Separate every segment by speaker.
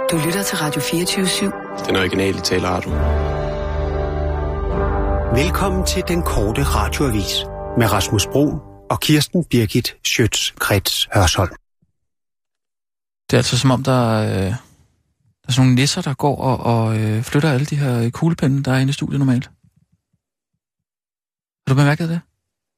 Speaker 1: Du lytter til Radio 24/7.
Speaker 2: Den originale taleradio.
Speaker 3: Velkommen til den korte radioavis med Rasmus Broen og Kirsten Birgit Schøtz-Krets Hørsholm.
Speaker 4: Det er altså som om, der er sådan nogle nisser, der går og flytter alle de her kuglepinde, der er inde i studiet normalt. Har du bemærket det?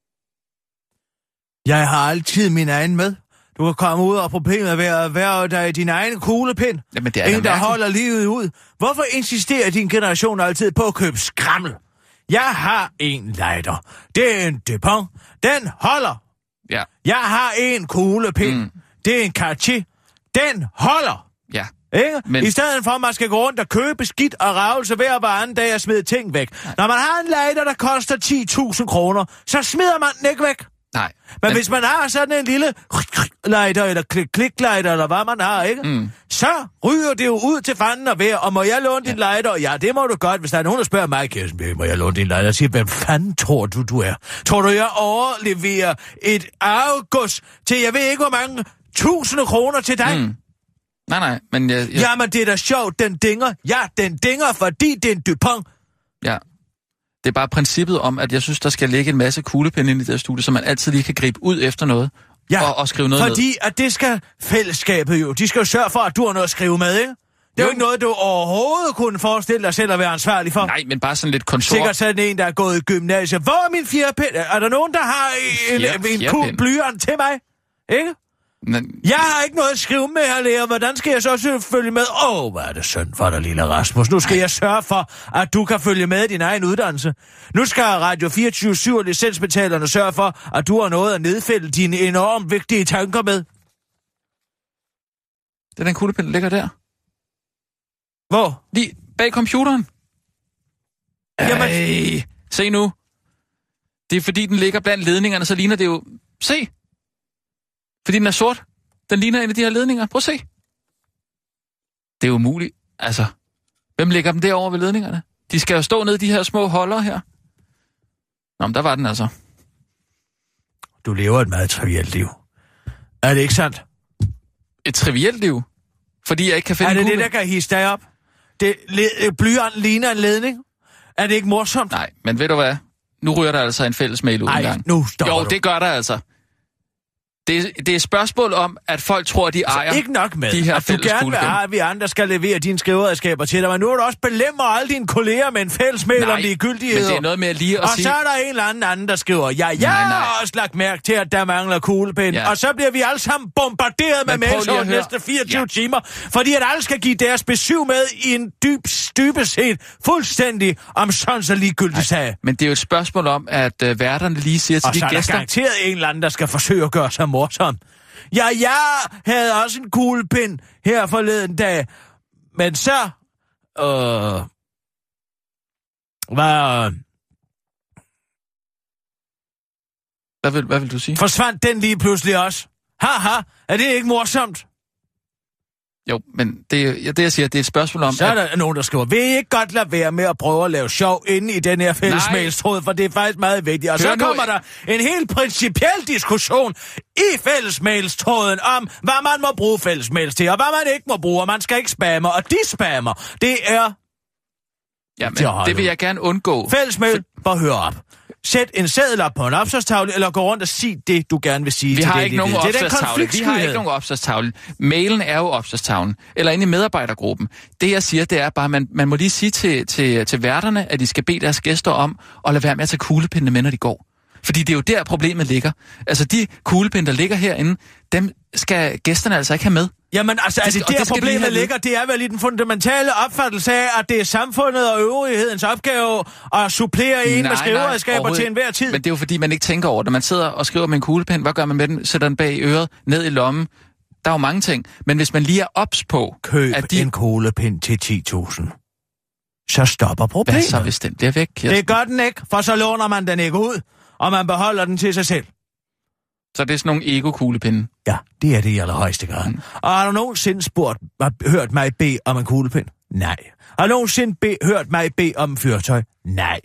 Speaker 5: Jeg har altid min egen med. Du kan komme ud og problemet ved at være der i din egen kuglepind.
Speaker 4: Jamen, det er
Speaker 5: en, der holder livet ud. Hvorfor insisterer din generation altid på at købe skrammel? Jeg har en lighter. Det er en Dupont. Den holder.
Speaker 4: Ja.
Speaker 5: Jeg har en kuglepind. Det er en Cartier. Den holder.
Speaker 4: Ja.
Speaker 5: Ikke? Men... I stedet for, at man skal gå rundt og købe skidt og ravelse hver anden dag og smide ting væk. Nej. Når man har en lighter, der koster 10.000 kroner, så smider man den ikke væk.
Speaker 4: Nej.
Speaker 5: Men hvis man har sådan en lille lighter, eller klik-lighter, eller hvad man har, ikke? Så ryger det jo ud til fanden og vejr, og må jeg låne din lighter? Ja, det må du godt. Hvis der er nogen, der spørger mig, Kirsten, må jeg låne din lighter? Jeg siger, hvem fanden tror du er? Tror du, jeg overleverer et arvegods til, jeg ved ikke, hvor mange tusinde kroner til dig?
Speaker 4: Nej, men jeg...
Speaker 5: Jamen, det er da sjovt, den dinger. Ja, den dinger, fordi det er en Dupont.
Speaker 4: Ja. Det er bare princippet om, at jeg synes, der skal ligge en masse kuglepinde ind i det her studie, så man altid lige kan gribe ud efter noget og skrive noget
Speaker 5: fordi ned. At det skal fællesskabet jo. De skal jo sørge for, at du har noget at skrive med, ikke? Det er jo ikke noget, du overhovedet kunne forestille dig selv at være ansvarlig for.
Speaker 4: Nej, men bare sådan lidt kontor.
Speaker 5: Sikkert sådan en, der er gået i gymnasiet. Hvor er min fjerpind? Er der nogen, der har en kugel blyant til mig? Ikke? Jeg har ikke noget at skrive med her, Lea. Hvordan skal jeg så følge med? Hvad er det synd for dig, lille Rasmus. Nu skal jeg sørge for, at du kan følge med i din egen uddannelse. Nu skal Radio 24/7 og licensbetalerne sørge for, at du har noget at nedfælde dine enormt vigtige tanker med.
Speaker 4: Det er den kuglepind, der ligger der.
Speaker 5: Hvor?
Speaker 4: Lige bag computeren.
Speaker 5: Jamen...
Speaker 4: Se nu. Det er fordi, den ligger blandt ledningerne, så ligner det jo... Se! Fordi den er sort. Den ligner en af de her ledninger. Prøv at se. Det er jo umuligt. Altså, hvem lægger dem derovre ved ledningerne? De skal jo stå ned i de her små holder her. Nå, men der var den altså.
Speaker 5: Du lever et meget trivielt liv. Er det ikke sandt?
Speaker 4: Et trivielt liv? Fordi jeg ikke kan finde
Speaker 5: en kugle? Er det det, der kan hisse dig op? Blyanten ligner en ledning? Er det ikke morsomt?
Speaker 4: Nej, men ved du hvad? Nu ryger der altså en fælles mail ud en gang.
Speaker 5: Nu stopper du.
Speaker 4: Jo, det gør der altså. Det er et spørgsmål om, at folk tror, at de ejer
Speaker 5: ikke nok med,
Speaker 4: de her
Speaker 5: at du gerne vil have, at vi andre skal levere dine skriveredskaber til dig, men nu er du også belemmer alle dine kolleger med en fælles mail om ligegyldigheder.
Speaker 4: Men det er noget med lige at sige...
Speaker 5: Og så er der en eller anden, der skriver, jeg har også lagt mærke til, at der mangler kuglepind. Ja. Og så bliver vi alle sammen bombarderet med mails over de næste 24 timer, fordi at alle skal give deres besøg med i en dybest set fuldstændig om sådan så ligegyldig sag.
Speaker 4: Men det er jo et spørgsmål om, at værterne lige siger til de gæster...
Speaker 5: Og så er der garanteret en eller anden, der skal forsøge at gøre sig morsom. Ja, jeg havde også en kuglepind her forleden dag. Men så...
Speaker 4: Hvad vil du sige?
Speaker 5: Forsvandt den lige pludselig også? Haha, er det ikke morsomt?
Speaker 4: Jo, men det jeg siger, det er et spørgsmål om...
Speaker 5: Så er der nogen, der skriver, vil I ikke godt lade være med at prøve at lave sjov inde i den her fællesmailstråd, for det er faktisk meget vigtigt. Og så kommer der en helt principiel diskussion i fællesmailstråden om, hvad man må bruge fællesmails til, og hvad man ikke må bruge, og man skal ikke spamme, og de spammer. Det er...
Speaker 4: Jamen, det vil jeg gerne undgå.
Speaker 5: Fællesmail, bare hør op. Sæt en seddel op på en opslagstavle, eller gå rundt og sig det, du gerne vil sige
Speaker 4: vi
Speaker 5: til
Speaker 4: har
Speaker 5: det,
Speaker 4: ikke nogen opslagstavle. Vi har ikke nogen opslagstavle. Mailen er jo opslagstavlen. Eller inde i medarbejdergruppen. Det jeg siger, det er bare, man må lige sige til værterne, at de skal bede deres gæster om at lade være med at tage kuglepindene med, når de går. Fordi det er jo der, problemet ligger. Altså, de kuglepinde, der ligger herinde, dem skal gæsterne altså ikke have med.
Speaker 5: Jamen, altså, er det der problemet ligger? Det er vel i den fundamentale opfattelse af, at det er samfundet og øvrighedens opgave at supplere med skriveredskaber til enhver tid.
Speaker 4: Men det er jo fordi, man ikke tænker over det. Man sidder og skriver med en kuglepen. Hvad gør man med den? Sætter den bag øret, ned i lommen. Der er jo mange ting. Men hvis man lige er ops på...
Speaker 5: Køb en kuglepen til 10.000. Så stopper problemet.
Speaker 4: Hvad så, hvis den bliver væk?
Speaker 5: Det gør den ikke, for så låner man den ikke ud, og man beholder den til sig selv.
Speaker 4: Så det er sådan nogle ego-kuglepinde?
Speaker 5: Ja, det er det i allerhøjeste grad. Og har du nogensinde hørt mig bede om en kuglepind? Nej. Har du nogensinde hørt mig bede om en fyrtøj? Nej.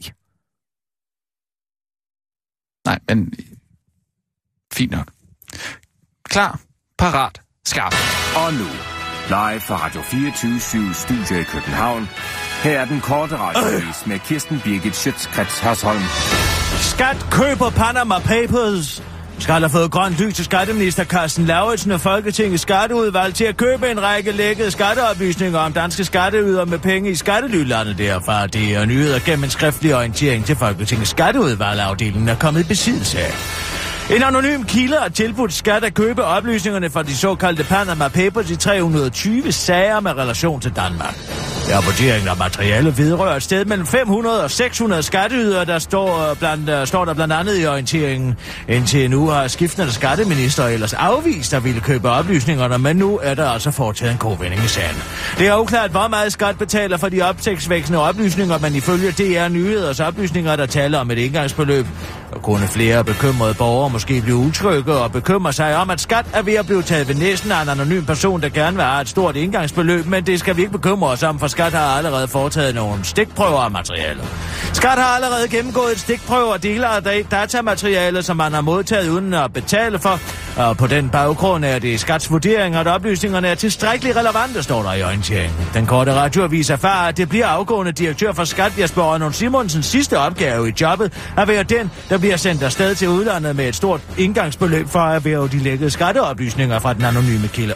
Speaker 4: Nej, men... Fint nok. Klar, parat, skarp.
Speaker 6: Og nu,
Speaker 2: Live fra Radio 24/7 Studio i København. Her er den korte radioavis med Kirsten Birgit Schøtz-Krets Hørsholm.
Speaker 5: Skat køber Panama Papers. Skat har fået grønt lys til skatteminister Carsten Lauritsen og Folketingets skatteudvalg til at købe en række lækkede skatteoplysninger om danske skatteydere med penge i skattelylandet derfra. Det er nyheder gennem en skriftlig orientering til Folketingets skatteudvalg. Afdelingen er kommet i besiddelse af. En anonym kilde har tilbudt Skat at købe oplysningerne fra de såkaldte Panama Papers i 320 sager med relation til Danmark. I rapporteringen af materiale vedrører et sted mellem 500 og 600 skatteydere, der står der blandt andet i orienteringen. Indtil nu har skiftende skatteminister ellers afvist at ville købe oplysningerne, men nu er der altså foretaget en kovending i sagen. Det er uklart, hvor meget Skat betaler for de opsigtsvækkende oplysninger, men ifølge DR Nyheders oplysninger, der taler om et engangsbeløb. Og kunne flere bekymrede borgere måske blive utrygge og bekymre sig om, at Skat er ved at blive taget ved næsen af en anonym person, der gerne vil have et stort indgangsbeløb, men det skal vi ikke bekymre os om, for Skat har allerede foretaget nogle stikprøver af materialet. Skat har allerede gennemgået et stikprøve og deler af datamaterialet, som man har modtaget uden at betale for. Og på den baggrund er det Skats vurdering, at oplysningerne er tilstrækkeligt relevante, står der i orienteringen. Den korte radioavis erfarer, at det bliver afgående direktør for Skat, Jesper Arnold Simonsens sidste opgave i jobbet, at være den, der bliver sendt afsted til udlandet med et stort indgangsbeløb for at erhverve de lækkede skatteoplysninger fra den anonyme kilde.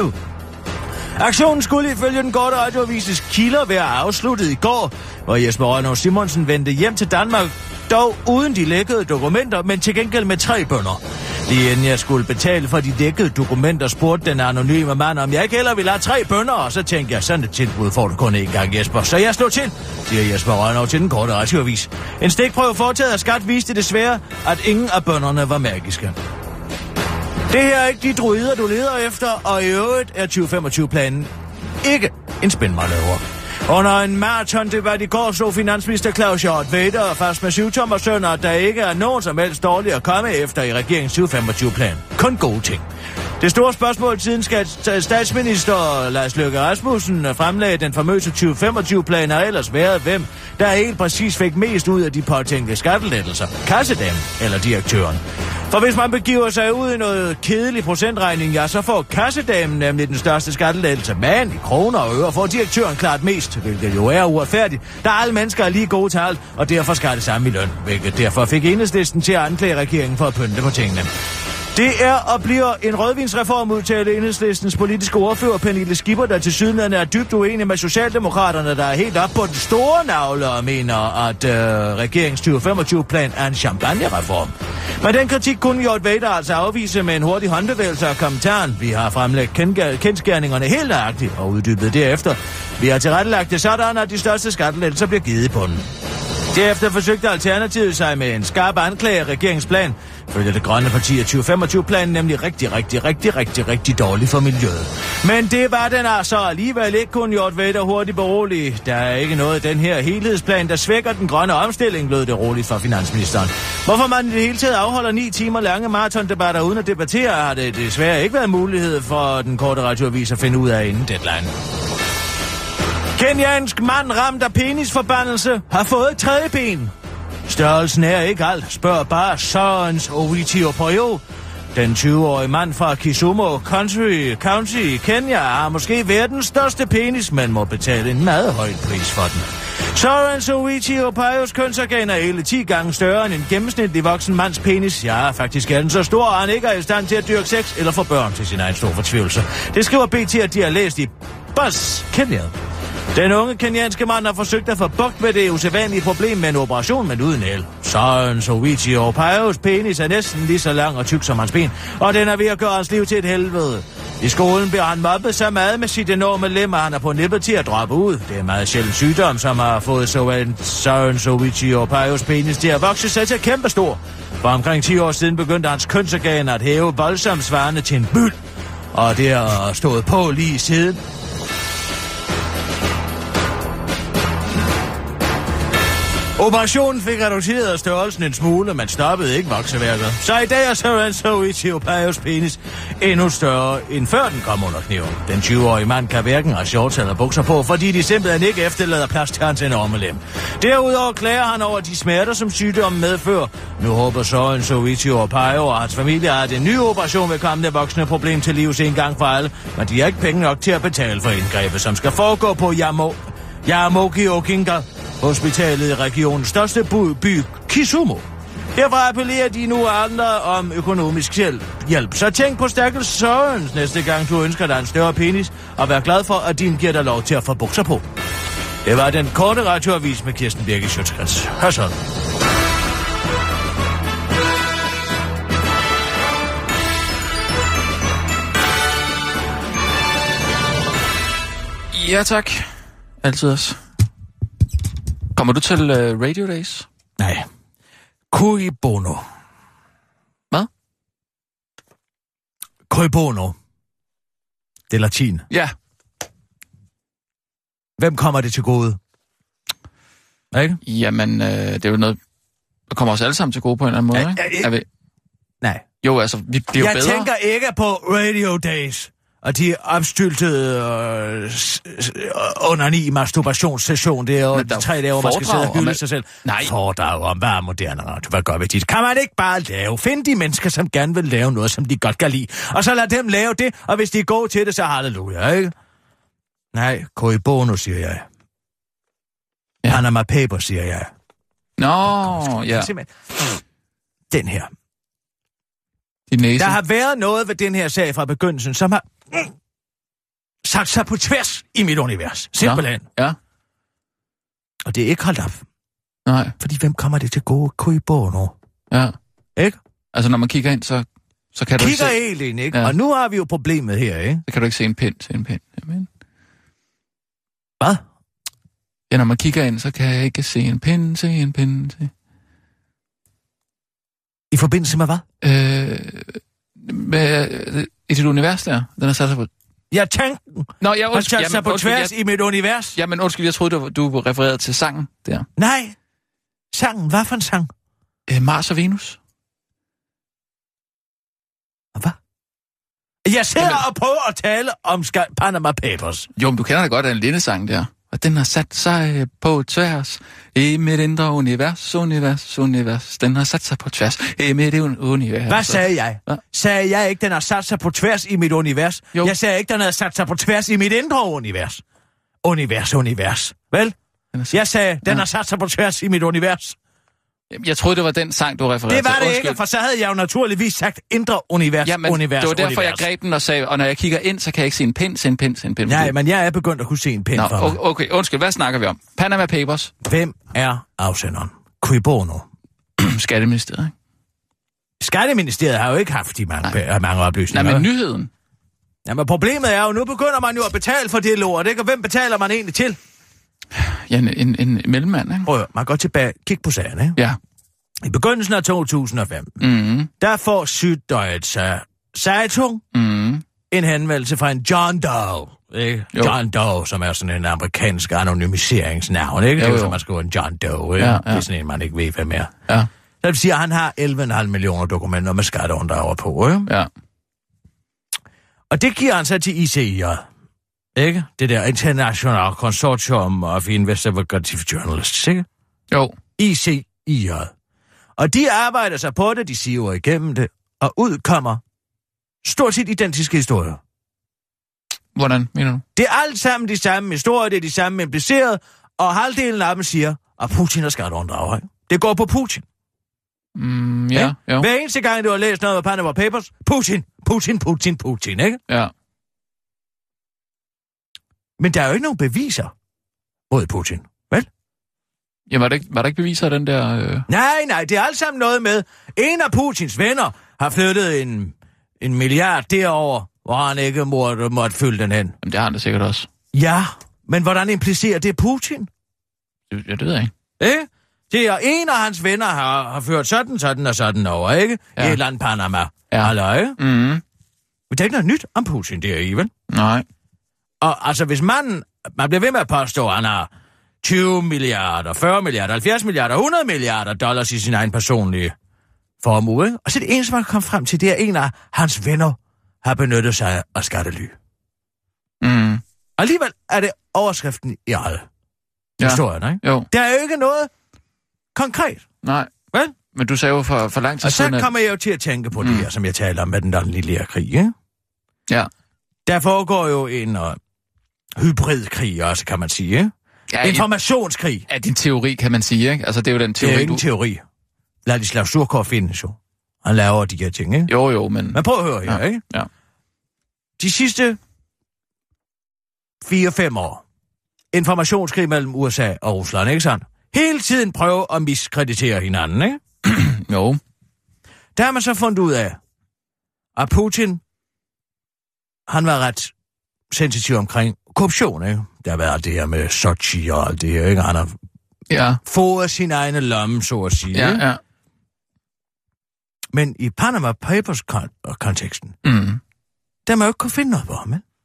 Speaker 5: Aktionen skulle ifølge den korte radioavises kilder være afsluttet i går, hvor Jesper Arnold Simonsen vendte hjem til Danmark, dog uden de lækkede dokumenter, men til gengæld med 3 bønner. Lige inden jeg skulle betale for de lækkede dokumenter, spurgte den anonyme mand, om jeg ikke heller ville have 3 bønner, og så tænkte jeg, sådan et tilbud får du kun én gang, Jesper. Så jeg slog til, siger Jesper Arnold til den korte radioavis. En stikprøve foretaget af Skat viste desværre, at ingen af bønnerne var magiske. Det her er ikke de druider, du leder efter, og i øvrigt er 2025-planen ikke en spændmanøvre. Under en marathondebat i går så finansminister Claus Hjort Vedder fast med 7-tommersønner, at der ikke er nogen som helst dårligt at komme efter i regeringens 2025-plan. Kun gode ting. Det store spørgsmål siden statsminister Lars Løkke Rasmussen fremlagde den famøse 2025-plan har ellers været, hvem der helt præcis fik mest ud af de påtænkte skattelettelser. Kassedamen eller direktøren. For hvis man begiver sig ud i noget kedelig procentregning, ja, så får kassedamen nemlig den største skattelettelse. Men i kroner og øre får direktøren klart mest, hvilket jo er uretfærdigt, da alle mennesker er lige gode til alt, og derfor skal det samme i løn, hvilket derfor fik Enhedslisten til at anklage regeringen for at pynte på tingene. Det er og bliver en rødvinsreform, udtalte Enhedslistens politiske ordfører Pernille Skipper, der til sydenlande er dybt uenig med Socialdemokraterne, der er helt op på den store navle og mener, at regeringens 2025-plan er en champagnereform. Men den kritik kunne Hjort Vedder altså afvise med en hurtig håndbevægelse af kommentaren. Vi har fremlagt kendskærningerne helt nøjagtigt og uddybet derefter. Vi har tilrettelagt det sådan, at de største skattelettelser bliver givet på den. Derefter forsøgte Alternativet sig med en skarp anklage af regeringsplan. Følger det grønne parti af 2025-planen nemlig rigtig dårlig for miljøet. Men det var den altså alligevel ikke, kun Hjort Vedder hurtigt berolige. Der er ikke noget i den her helhedsplan, der svækker den grønne omstilling, lød det roligt fra finansministeren. Hvorfor man i det hele taget afholder 9 timer lange maratondebatter uden at debattere, har det desværre ikke været mulighed for den korte radioavis at finde ud af inden deadline. Kenyansk mand ramt af penisforbandelse har fået et 3. ben. Størrelsen er ikke alt, spørger bare Sørens Owiti Opoyo. Den 20-årige mand fra Kisumu County i Kenya har måske verdens største penis, men må betale en meget høj pris for den. Sørens Owiti Opoyos kønsorgan er hele 10 gange større end en gennemsnitlig voksen mands penis. Ja, faktisk er den så stor, at han ikke er i stand til at dyrke sex eller få børn til sin egen store fortvivlelse. Det skriver BT, at de har læst i Buzz Kenya. Den unge kenyanske mand har forsøgt at få bugt med det usædvanlige problem med en operation, men uden held. Sørens Owiti Opoyos penis er næsten lige så lang og tyk som hans ben, og den er ved at gøre hans liv til et helvede. I skolen bliver han mobbet så meget med sit enorme lem, at han er på nippet til at droppe ud. Det er en meget sjælden sygdom, som har fået Sørens Owiti Opoyos penis til at vokse sig til kæmpestor. For omkring 10 år siden begyndte hans kønsorgan at hæve voldsomt svarende til en byld, og det har stået på lige siden. Operationen fik reduceret størrelsen en smule, men stoppede ikke vokseværket. Så i dag er Søren Soichi Opaios penis endnu større, end før den kom under kniven. Den 20-årige mand kan hverken have shorts eller bukser på, fordi de simpelthen ikke efterlader plads til hans enorme lem. Derudover klager han over de smerter, som sygdommen medfører. Nu håber Søren Soichi Opaio og hans familie, at en ny operation vil komme det voksne problem til livs en gang for alle, men de har ikke penge nok til at betale for indgrebet, som skal foregå på Yamogi Okinga, hospitalet i regionens største by, Kisumu. Herfra appellerer de nu andre om økonomisk hjælp. Så tænk på stakkels Sørens næste gang, du ønsker dig en større penis, og vær glad for, at din giver dig lov til at få bukser på. Det var den korte radioavis med Kirsten Birgit Schøtz-Krets. Hør så.
Speaker 4: Ja, tak. Altid også. Kommer du til Radio Days?
Speaker 5: Nej. Cui bono.
Speaker 4: Hvad?
Speaker 5: Cui bono. Det er latin.
Speaker 4: Ja.
Speaker 5: Hvem kommer det til gode? Ikke?
Speaker 4: Jamen, det er jo noget, der kommer os alle sammen til gode på en eller anden måde, ikke?
Speaker 5: Nej.
Speaker 4: Jo, altså, vi bliver
Speaker 5: Jeg
Speaker 4: bedre.
Speaker 5: Jeg tænker ikke på Radio Days. Og de opstyltede onani masturbationssession, det er jo 3 dage, hvor man skal sidde og hylde sig selv.
Speaker 4: Nej.
Speaker 5: Foredrag om, hvad er moderne radio, hvad gør vi dit? Kan man ikke bare lave? Find de mennesker, som gerne vil lave noget, som de godt kan lide. Og så lad dem lave det, og hvis de er gode til det, så halleluja, ikke? Nej, cui bono, siger jeg. Ja. Panama Papers, siger jeg.
Speaker 4: Ja.
Speaker 5: Den her.
Speaker 4: Der
Speaker 5: har været noget ved den her sag fra begyndelsen, som har sat sig på tværs i mit univers. Simpelthen.
Speaker 4: Ja.
Speaker 5: Og det er ikke holdt op.
Speaker 4: Nej.
Speaker 5: Fordi hvem kommer det til gode? Cui bono.
Speaker 4: Ja.
Speaker 5: Ikke?
Speaker 4: Altså, når man kigger ind, så kan du ikke se...
Speaker 5: Kigger helt ind, ikke? Ja. Og nu har vi jo problemet her, ikke?
Speaker 4: Så kan du ikke se en pind til en pind. Jamen.
Speaker 5: Hvad?
Speaker 4: Ja, når man kigger ind, så kan jeg ikke se en pind til en pind til...
Speaker 5: I forbindelse med hvad?
Speaker 4: Med i dit univers der. Den er sat sig på...
Speaker 5: Ja, tanken.
Speaker 4: Nå, jeg
Speaker 5: har sat sig på tværs i mit univers.
Speaker 4: Jamen, undskyld, jeg troede, du refererede til sangen der.
Speaker 5: Nej. Sangen? Hvad for en sang?
Speaker 4: Mars og Venus.
Speaker 5: Hvad? Jeg sidder og prøver at tale om Panama Papers.
Speaker 4: Jo, men du kender da godt den lille sang der. Og den har sat sig på tværs i mit indre univers. Den har sat sig på tværs i mit univers.
Speaker 5: Hvad sagde jeg? Hva? Sagde jeg ikke, den har sat sig på tværs i mit univers? Jo. Jeg sagde ikke, den har sat sig på tværs i mit indre univers. Univers. Vel? Jeg sagde, den har sat sig på tværs i mit univers.
Speaker 4: Jeg troede, det var den sang, du refererede til.
Speaker 5: Det var det ikke, for så havde jeg jo naturligvis sagt indre univers.
Speaker 4: Jamen, det var derfor, jeg greb den og sagde, og når jeg kigger ind, så kan jeg ikke se en pind.
Speaker 5: Nej, men jeg er begyndt at kunne se en pind for mig.
Speaker 4: Okay, undskyld, hvad snakker vi om? Panama Papers.
Speaker 5: Hvem er afsenderen? Cui bono?
Speaker 4: Skatteministeriet, ikke?
Speaker 5: Skatteministeriet har jo ikke haft de mange oplysninger.
Speaker 4: Nej, men nyheden.
Speaker 5: Jamen, problemet er jo, nu begynder man jo at betale for det lort, ikke? Og hvem betaler man egentlig til?
Speaker 4: Ja, en mellemmand, ikke?
Speaker 5: Prøv, man går tilbage, kig på sagen, ikke?
Speaker 4: Ja.
Speaker 5: I begyndelsen af 2015, der får Süddeutsche Zeitung en henvendelse fra en John Doe, ikke? John Doe, som er sådan en amerikansk anonymiseringsnavn, ikke? Jo. Det er jo, man skriver en John Doe, ikke? Ja. Det er sådan en, man ikke ved, hvem er.
Speaker 4: Ja.
Speaker 5: Det vil sige, at han har 11,5 millioner dokumenter med skatteunddrager på, ikke?
Speaker 4: Ja.
Speaker 5: Og det giver han så til ICI, ikke? Det der International Consortium of Investigative Journalists, ikke?
Speaker 4: Jo.
Speaker 5: ICI. Og de arbejder sig på det, de siver igennem det, og udkommer stort set identiske historier.
Speaker 4: Hvordan mener du?
Speaker 5: Det er alt sammen de samme historier, det er de samme implicerede, og halvdelen af dem siger, at Putin er skatteunddrager. Det går på Putin.
Speaker 4: Ja, jo.
Speaker 5: Hver eneste gang, du har læst noget med Panama Papers, Putin, ikke? Ja. Men der er jo ikke nogen beviser mod Putin, vel?
Speaker 4: Ja, var der ikke beviser af den der...
Speaker 5: Nej, det er alt sammen noget med, en af Putins venner har flyttet en milliard derover, hvor han ikke måtte fylde den hen.
Speaker 4: Jamen, det har han da sikkert også.
Speaker 5: Ja, men hvordan implicerer det Putin?
Speaker 4: Det ved jeg ikke.
Speaker 5: Det er en af hans venner har ført sådan over, ikke? Ja. I et eller andet Panama.
Speaker 4: Ja.
Speaker 5: Halløj. Men der er ikke noget nyt om Putin der, vel?
Speaker 4: Nej.
Speaker 5: Og altså, hvis man bliver ved med at påstå, at han har 20 milliarder, 40 milliarder, 70 milliarder, 100 milliarder dollars i sin egen personlige formue, ikke? Og så det eneste, man kan komme frem til, det er en af hans venner har benyttet sig af skattely.
Speaker 4: Mm.
Speaker 5: Alligevel er det overskriften i alle historien, ikke?
Speaker 4: Jo.
Speaker 5: Der er jo ikke noget konkret.
Speaker 4: Nej.
Speaker 5: Vel?
Speaker 4: Men du sagde jo for lang tid siden...
Speaker 5: Og så kommer jeg jo til at tænke på det her, som jeg taler om med den der lille krig, ikke?
Speaker 4: Ja.
Speaker 5: Der foregår jo en hybridkrig også, kan man sige, ikke? Ja, informationskrig.
Speaker 4: Ja, din teori, kan man sige, ikke? Altså, det er jo den teori,
Speaker 5: det er ikke en teori. Ladislav Surkov findes jo. Han laver de her ting, ikke?
Speaker 4: Jo, men...
Speaker 5: Men prøv at høre her, ikke?
Speaker 4: Ja.
Speaker 5: De sidste 4-5 år. Informationskrig mellem USA og Rusland, ikke sandt? Hele tiden prøve at miskreditere hinanden, ikke?
Speaker 4: Jo.
Speaker 5: Der har man så fundet ud af, at Putin, han var ret sensitiv omkring korruption, ikke? Der har været det her med Sochi og alt det her, ikke? Han har fået sin egne lomme, så at sige.
Speaker 4: Ja.
Speaker 5: Men i Panama Papers-konteksten, der må jo ikke kunne finde noget på ham, ikke?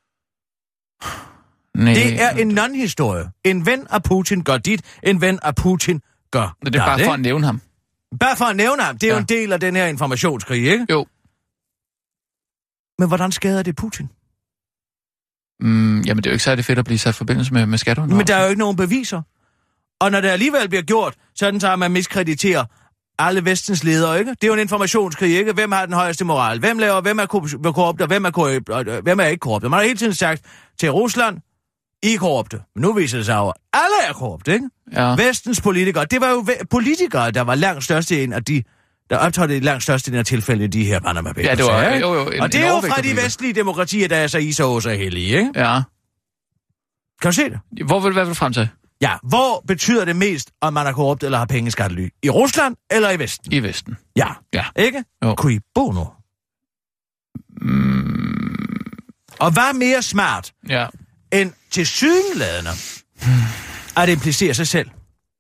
Speaker 5: Nej. Det er en non-historie. En ven af Putin gør dit, en ven af Putin gør
Speaker 4: det. Det er bare for at nævne ham.
Speaker 5: Bare for at nævne ham. Det er jo en del af den her informationskrig, ikke?
Speaker 4: Jo.
Speaker 5: Men hvordan skader det Putin?
Speaker 4: Jamen, det er jo ikke særlig fedt at blive sat i forbindelse med skatteunddragelse.
Speaker 5: Men der er jo ikke nogen beviser. Og når det alligevel bliver gjort, sådan så man miskrediterer alle vestens ledere, ikke? Det er jo en informationskrig, ikke? Hvem har den højeste moral? Hvem er korrupte, og hvem er ikke korrupte? Man har hele tiden sagt til Rusland, I er korrupte. Men nu viser det sig jo, at alle er korrupte, ikke? Ja. Vestens politikere, det var jo politikere, der var langt største en af de, der optrådte i langt største af tilfælde i de her Panama Papers.
Speaker 4: Ja, det var jo
Speaker 5: og det er jo fra de vestlige demokratier, der er så i så hellige, ikke?
Speaker 4: Ja.
Speaker 5: Kan du se det?
Speaker 4: Hvad vil du frem til?
Speaker 5: Ja, hvor betyder det mest, om man er korrupt eller har penge i skattely? I Rusland eller i Vesten?
Speaker 4: I Vesten.
Speaker 5: Ja. Ikke? Cui bono. Og hvad er mere smart end tilsyneladende at implicere sig selv?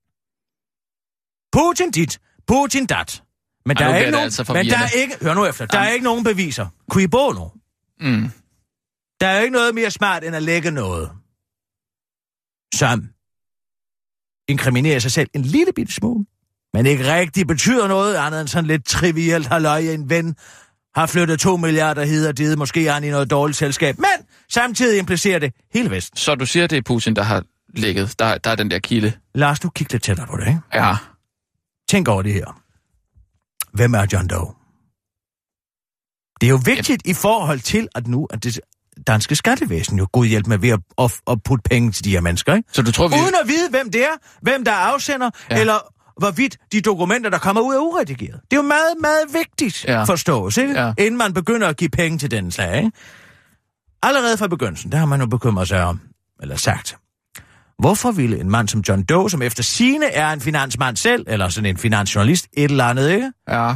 Speaker 5: Putin dit, Putin dat. Men der er ikke nogen, hør nu efter, der er ikke nogen beviser. Cui bono. Der er ikke noget mere smart end at lægge noget, som inkriminerer sig selv en lille bitte smule, men ikke rigtig betyder noget andet end sådan lidt trivielt halløj. En ven har flyttet 2 milliarder hid og dit, måske er han i noget dårligt selskab, men samtidig implicerer det hele Vesten.
Speaker 4: Så du siger, det er Putin, der har ligget, der er den der kilde?
Speaker 5: Lars, du kigger lidt tættere på det, ikke?
Speaker 4: Ja.
Speaker 5: Tænk over det her. Hvem er John Doe? Det er jo vigtigt i forhold til, at nu at det danske skattevæsen jo god hjælp med ved at putte penge til de her mennesker, ikke?
Speaker 4: Så du tror,
Speaker 5: uden at vide, hvem det er, hvem der er afsender, eller hvorvidt de dokumenter, der kommer ud, er uredigeret. Det er jo meget, meget vigtigt forstås, ikke? Ja. Inden man begynder at give penge til den slag, ikke? Allerede fra begyndelsen, der har man jo bekymret sig om, eller sagt, hvorfor ville en mand som John Doe, som efter sigende er en finansmand selv, eller sådan en finansjournalist, et eller andet, ikke?
Speaker 4: Ja.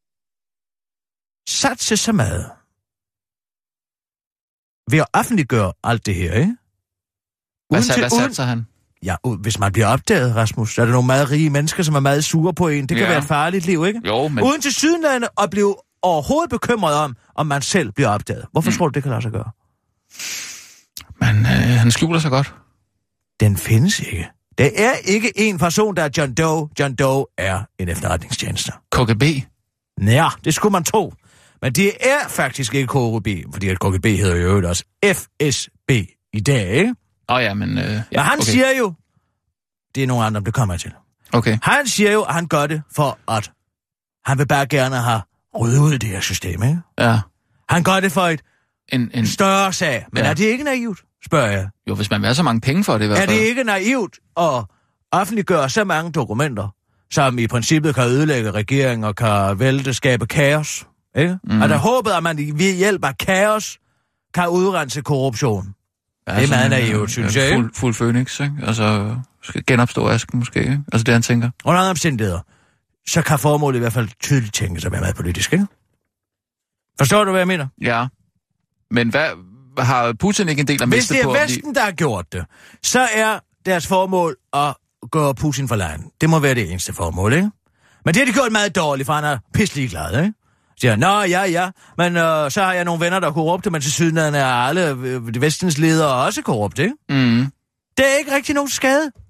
Speaker 5: Satse så meget ved at offentliggøre alt det her, ikke?
Speaker 4: Hvad satser han?
Speaker 5: Ja, hvis man bliver opdaget, Rasmus, så er der nogle meget rige mennesker, som er meget sure på en. Det kan være et farligt liv, ikke?
Speaker 4: Jo, men...
Speaker 5: Uden til sydenlande at blive overhovedet bekymret om man selv bliver opdaget. Hvorfor tror du, det kan lade sig gøre?
Speaker 4: Men han skjuler sig godt.
Speaker 5: Den findes ikke. Der er ikke en person, der er John Doe. John Doe er en efterretningstjeneste.
Speaker 4: KGB?
Speaker 5: Ja, det skulle man tro. Men det er faktisk ikke KGB, fordi at KGB hedder jo også FSB i dag, ikke?
Speaker 4: Men
Speaker 5: han siger jo, det er nogle andre, det kommer jeg til.
Speaker 4: Okay.
Speaker 5: Han siger jo, at han gør det for, at han vil bare gerne have ryddet ud i det her system, ikke?
Speaker 4: Ja.
Speaker 5: Han gør det for en større sag. Men er det ikke naivt, spørger jeg?
Speaker 4: Jo, hvis man vil have så mange penge for det i hvert fald.
Speaker 5: Er det ikke naivt at offentliggøre så mange dokumenter, som i princippet kan ødelægge regeringen og kan vælte, skabe kaos? Ikke? Er der håbet, at man ved hjælp af kaos kan udrense korruption? Ja, det er meget naivt, synes jeg.
Speaker 4: Fuld Phoenix, ikke? Altså, skal genopstå asken måske, ikke? Altså det, han tænker.
Speaker 5: Under andre omstændigheder, så kan formålet i hvert fald tydeligt tænke sig at være meget politisk, ikke? Forstår du, hvad jeg mener?
Speaker 4: Ja. Men hvad har Putin ikke en del af mistet på?
Speaker 5: Hvis det er Vesten, der har gjort det, så er deres formål at gøre Putin for lejen. Det må være det eneste formål, ikke? Men det har de gjort meget dårligt, for han er pisselig glad, ikke? Siger, men så har jeg nogle venner, der er korrupte, men til syden er alle de vestens ledere også korrupte, ikke?
Speaker 4: Mm.
Speaker 5: Det er ikke rigtig nogen skade.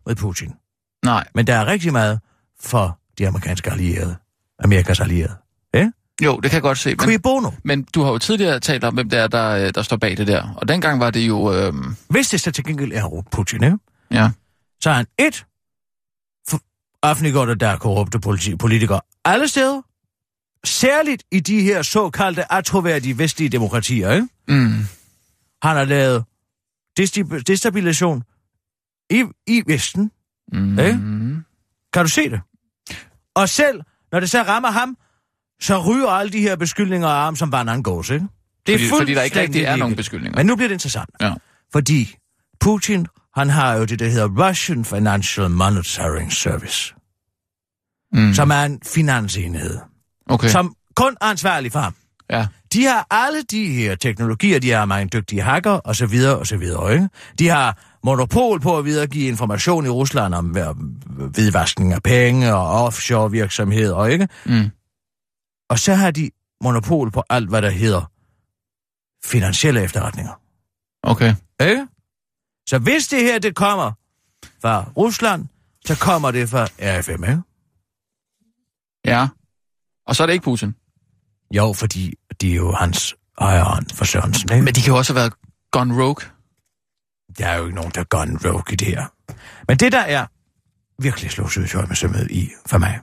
Speaker 5: mod Putin.
Speaker 4: Nej.
Speaker 5: Men der er rigtig meget for de amerikanske allierede. Amerikas allierede. Ja?
Speaker 4: Jo, det kan jeg godt se. Men du har jo tidligere talt om, hvem der står bag det der. Og dengang var det jo...
Speaker 5: Hvis det så til gengæld er Putin, ikke?
Speaker 4: Ja.
Speaker 5: Så er han offentliggjort, at der er korrupte politikere alle steder. Særligt i de her såkaldte atroværdige vestlige demokratier, ikke?
Speaker 4: Mm.
Speaker 5: Han har lavet destabilisation i Vesten. Ikke? Kan du se det? Og selv når det så rammer ham, så ryger alle de her beskyldninger af ham som vanderen gås, ikke? Det er
Speaker 4: fordi der ikke rigtig er nogen beskyldninger.
Speaker 5: Men nu bliver det interessant.
Speaker 4: Ja.
Speaker 5: Fordi Putin, han har jo det, der hedder Russian Financial Monitoring Service. Som er en finansenhed.
Speaker 4: Okay.
Speaker 5: Som kun er ansvarlig for ham.
Speaker 4: Ja.
Speaker 5: De har alle de her teknologier, de har mange dygtige hacker, og så videre, ikke? De har monopol på at videregive information i Rusland om hvidvaskning af penge og offshore virksomheder, ikke? Og så har de monopol på alt, hvad der hedder finansielle efterretninger.
Speaker 4: Okay.
Speaker 5: Ikke? Så hvis det her, det kommer fra Rusland, så kommer det fra RFM, ikke?
Speaker 4: Ja. Og så er det ikke Putin.
Speaker 5: Jo, fordi de er jo hans ejeren for Sørensen, ikke?
Speaker 4: Men de kan jo også have været gone rogue.
Speaker 5: Der er jo ikke nogen, der er gone rogue i det her. Men det, der er virkelig slået sødt med sømmet i for mig.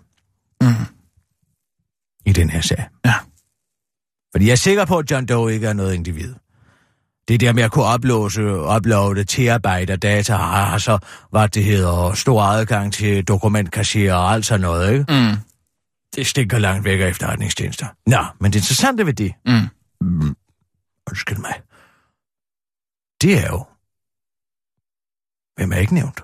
Speaker 5: I den her sag.
Speaker 4: Ja.
Speaker 5: Fordi jeg er sikker på, at John Doe ikke er noget individ. Det der med at kunne uploade terabyte data, har så, hvad det hedder, stor adgang til dokumentkasserer og alt sådan noget, ikke? Det stikker langt væk af efterretningstjenester. Nå, men det interessante ved det, undskyld mig, det er jo, hvem er ikke nævnt?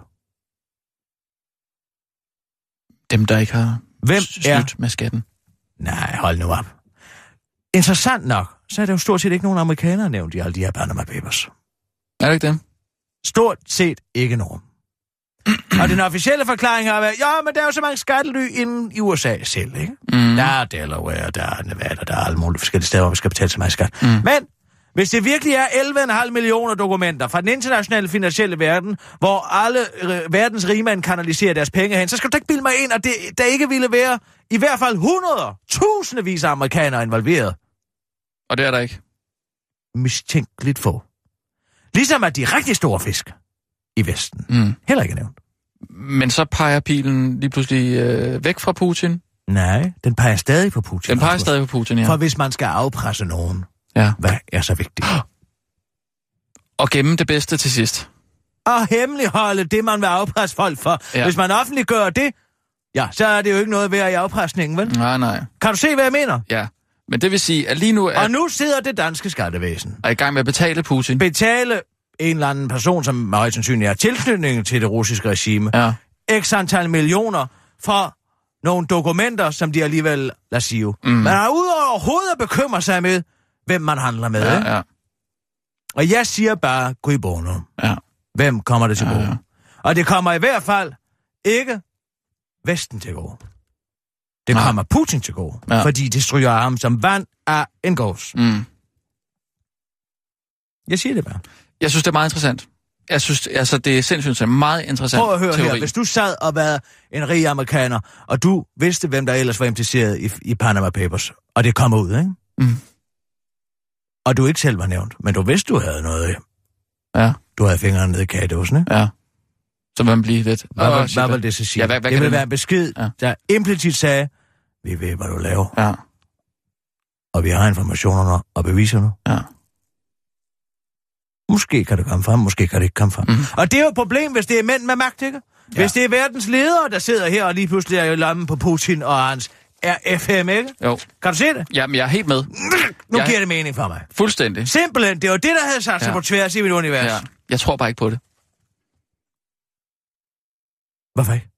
Speaker 4: Dem, der ikke har snydt med skatten.
Speaker 5: Nej, hold nu op. Interessant nok, så er der jo stort set ikke nogen amerikanere nævnt i alle de her Panama Papers.
Speaker 4: Er det ikke dem?
Speaker 5: Stort set ikke nogen. Og den officielle forklaring har været, ja, men der er jo så mange skattely inden i USA selv, ikke? Der er Delaware, der er Nevada, der er alle mulige forskellige steder, hvor vi skal betale så meget skat. Men hvis det virkelig er 11,5 millioner dokumenter fra den internationale finansielle verden, hvor alle verdens rigmænd kanaliserer deres penge hen, så skal du ikke bilde mig ind, at der ikke ville være i hvert fald 100.000 af amerikanere involveret.
Speaker 4: Og det er der ikke.
Speaker 5: Mistænkeligt få. Ligesom at de rigtig store fisk i Vesten heller ikke nævnt.
Speaker 4: Men så peger pilen lige pludselig væk fra Putin?
Speaker 5: Nej, den peger stadig på Putin.
Speaker 4: Den peger stadig på Putin, ja.
Speaker 5: For hvis man skal afpresse nogen, hvad er så vigtigt?
Speaker 4: Og gemme det bedste til sidst.
Speaker 5: Og hemmeligholde det, man vil afpresse folk for. Ja. Hvis man offentliggør det, ja, så er det jo ikke noget værd i afpresningen, vel?
Speaker 4: Nej.
Speaker 5: Kan du se, hvad jeg mener?
Speaker 4: Ja, men det vil sige, at lige nu er...
Speaker 5: Og nu sidder det danske skattevæsen.
Speaker 4: Og i gang med at betale Putin.
Speaker 5: Betale en eller anden person, som højst sandsynligt er tilknytning til det russiske regime. Ja. X antal millioner for nogle dokumenter, som de alligevel lader sige. Man har overhovedet at bekymre sig med, hvem man handler med.
Speaker 4: Ja.
Speaker 5: Og jeg siger bare, gud bono.
Speaker 4: Ja.
Speaker 5: Hvem kommer det til gode? Ja. Og det kommer i hvert fald ikke Vesten til gode. Det kommer Putin til gode. Ja. Fordi det stryger ham som vand af en gås. Jeg siger det bare.
Speaker 4: Jeg synes, det er meget interessant. Jeg synes, altså, det er sindssygt meget interessant.
Speaker 5: Prøv at høre
Speaker 4: teori.
Speaker 5: Her. Hvis du sad og var en rig amerikaner, og du vidste, hvem der ellers var impliceret i Panama Papers, og det kom ud, ikke? Og du ikke selv var nævnt, men du vidste, du havde noget.
Speaker 4: Ja.
Speaker 5: Du havde fingrene nede i kagedåsen, ikke?
Speaker 4: Ja. Så man bliver lidt...
Speaker 5: Hvad vil det så sige?
Speaker 4: Ja, hvad
Speaker 5: det vil være en besked, der implicit sagde, vi ved, hvad du laver.
Speaker 4: Ja.
Speaker 5: Og vi har informationerne og beviserne.
Speaker 4: Ja.
Speaker 5: Måske kan det komme frem, måske kan det ikke komme frem. Og det er jo et problem, hvis det er mænd med magt, ikke? Ja. Hvis det er verdens ledere, der sidder her og lige pludselig er i lommen på Putin og hans RFM, ikke?
Speaker 4: Jo.
Speaker 5: Kan du se det?
Speaker 4: Jamen, jeg er helt med.
Speaker 5: Nu giver det mening for mig.
Speaker 4: Fuldstændig.
Speaker 5: Simpelthen, det var det, der havde sat sig på tværs i mit univers.
Speaker 4: Ja. Jeg tror bare ikke på det.
Speaker 5: Hvorfor ikke?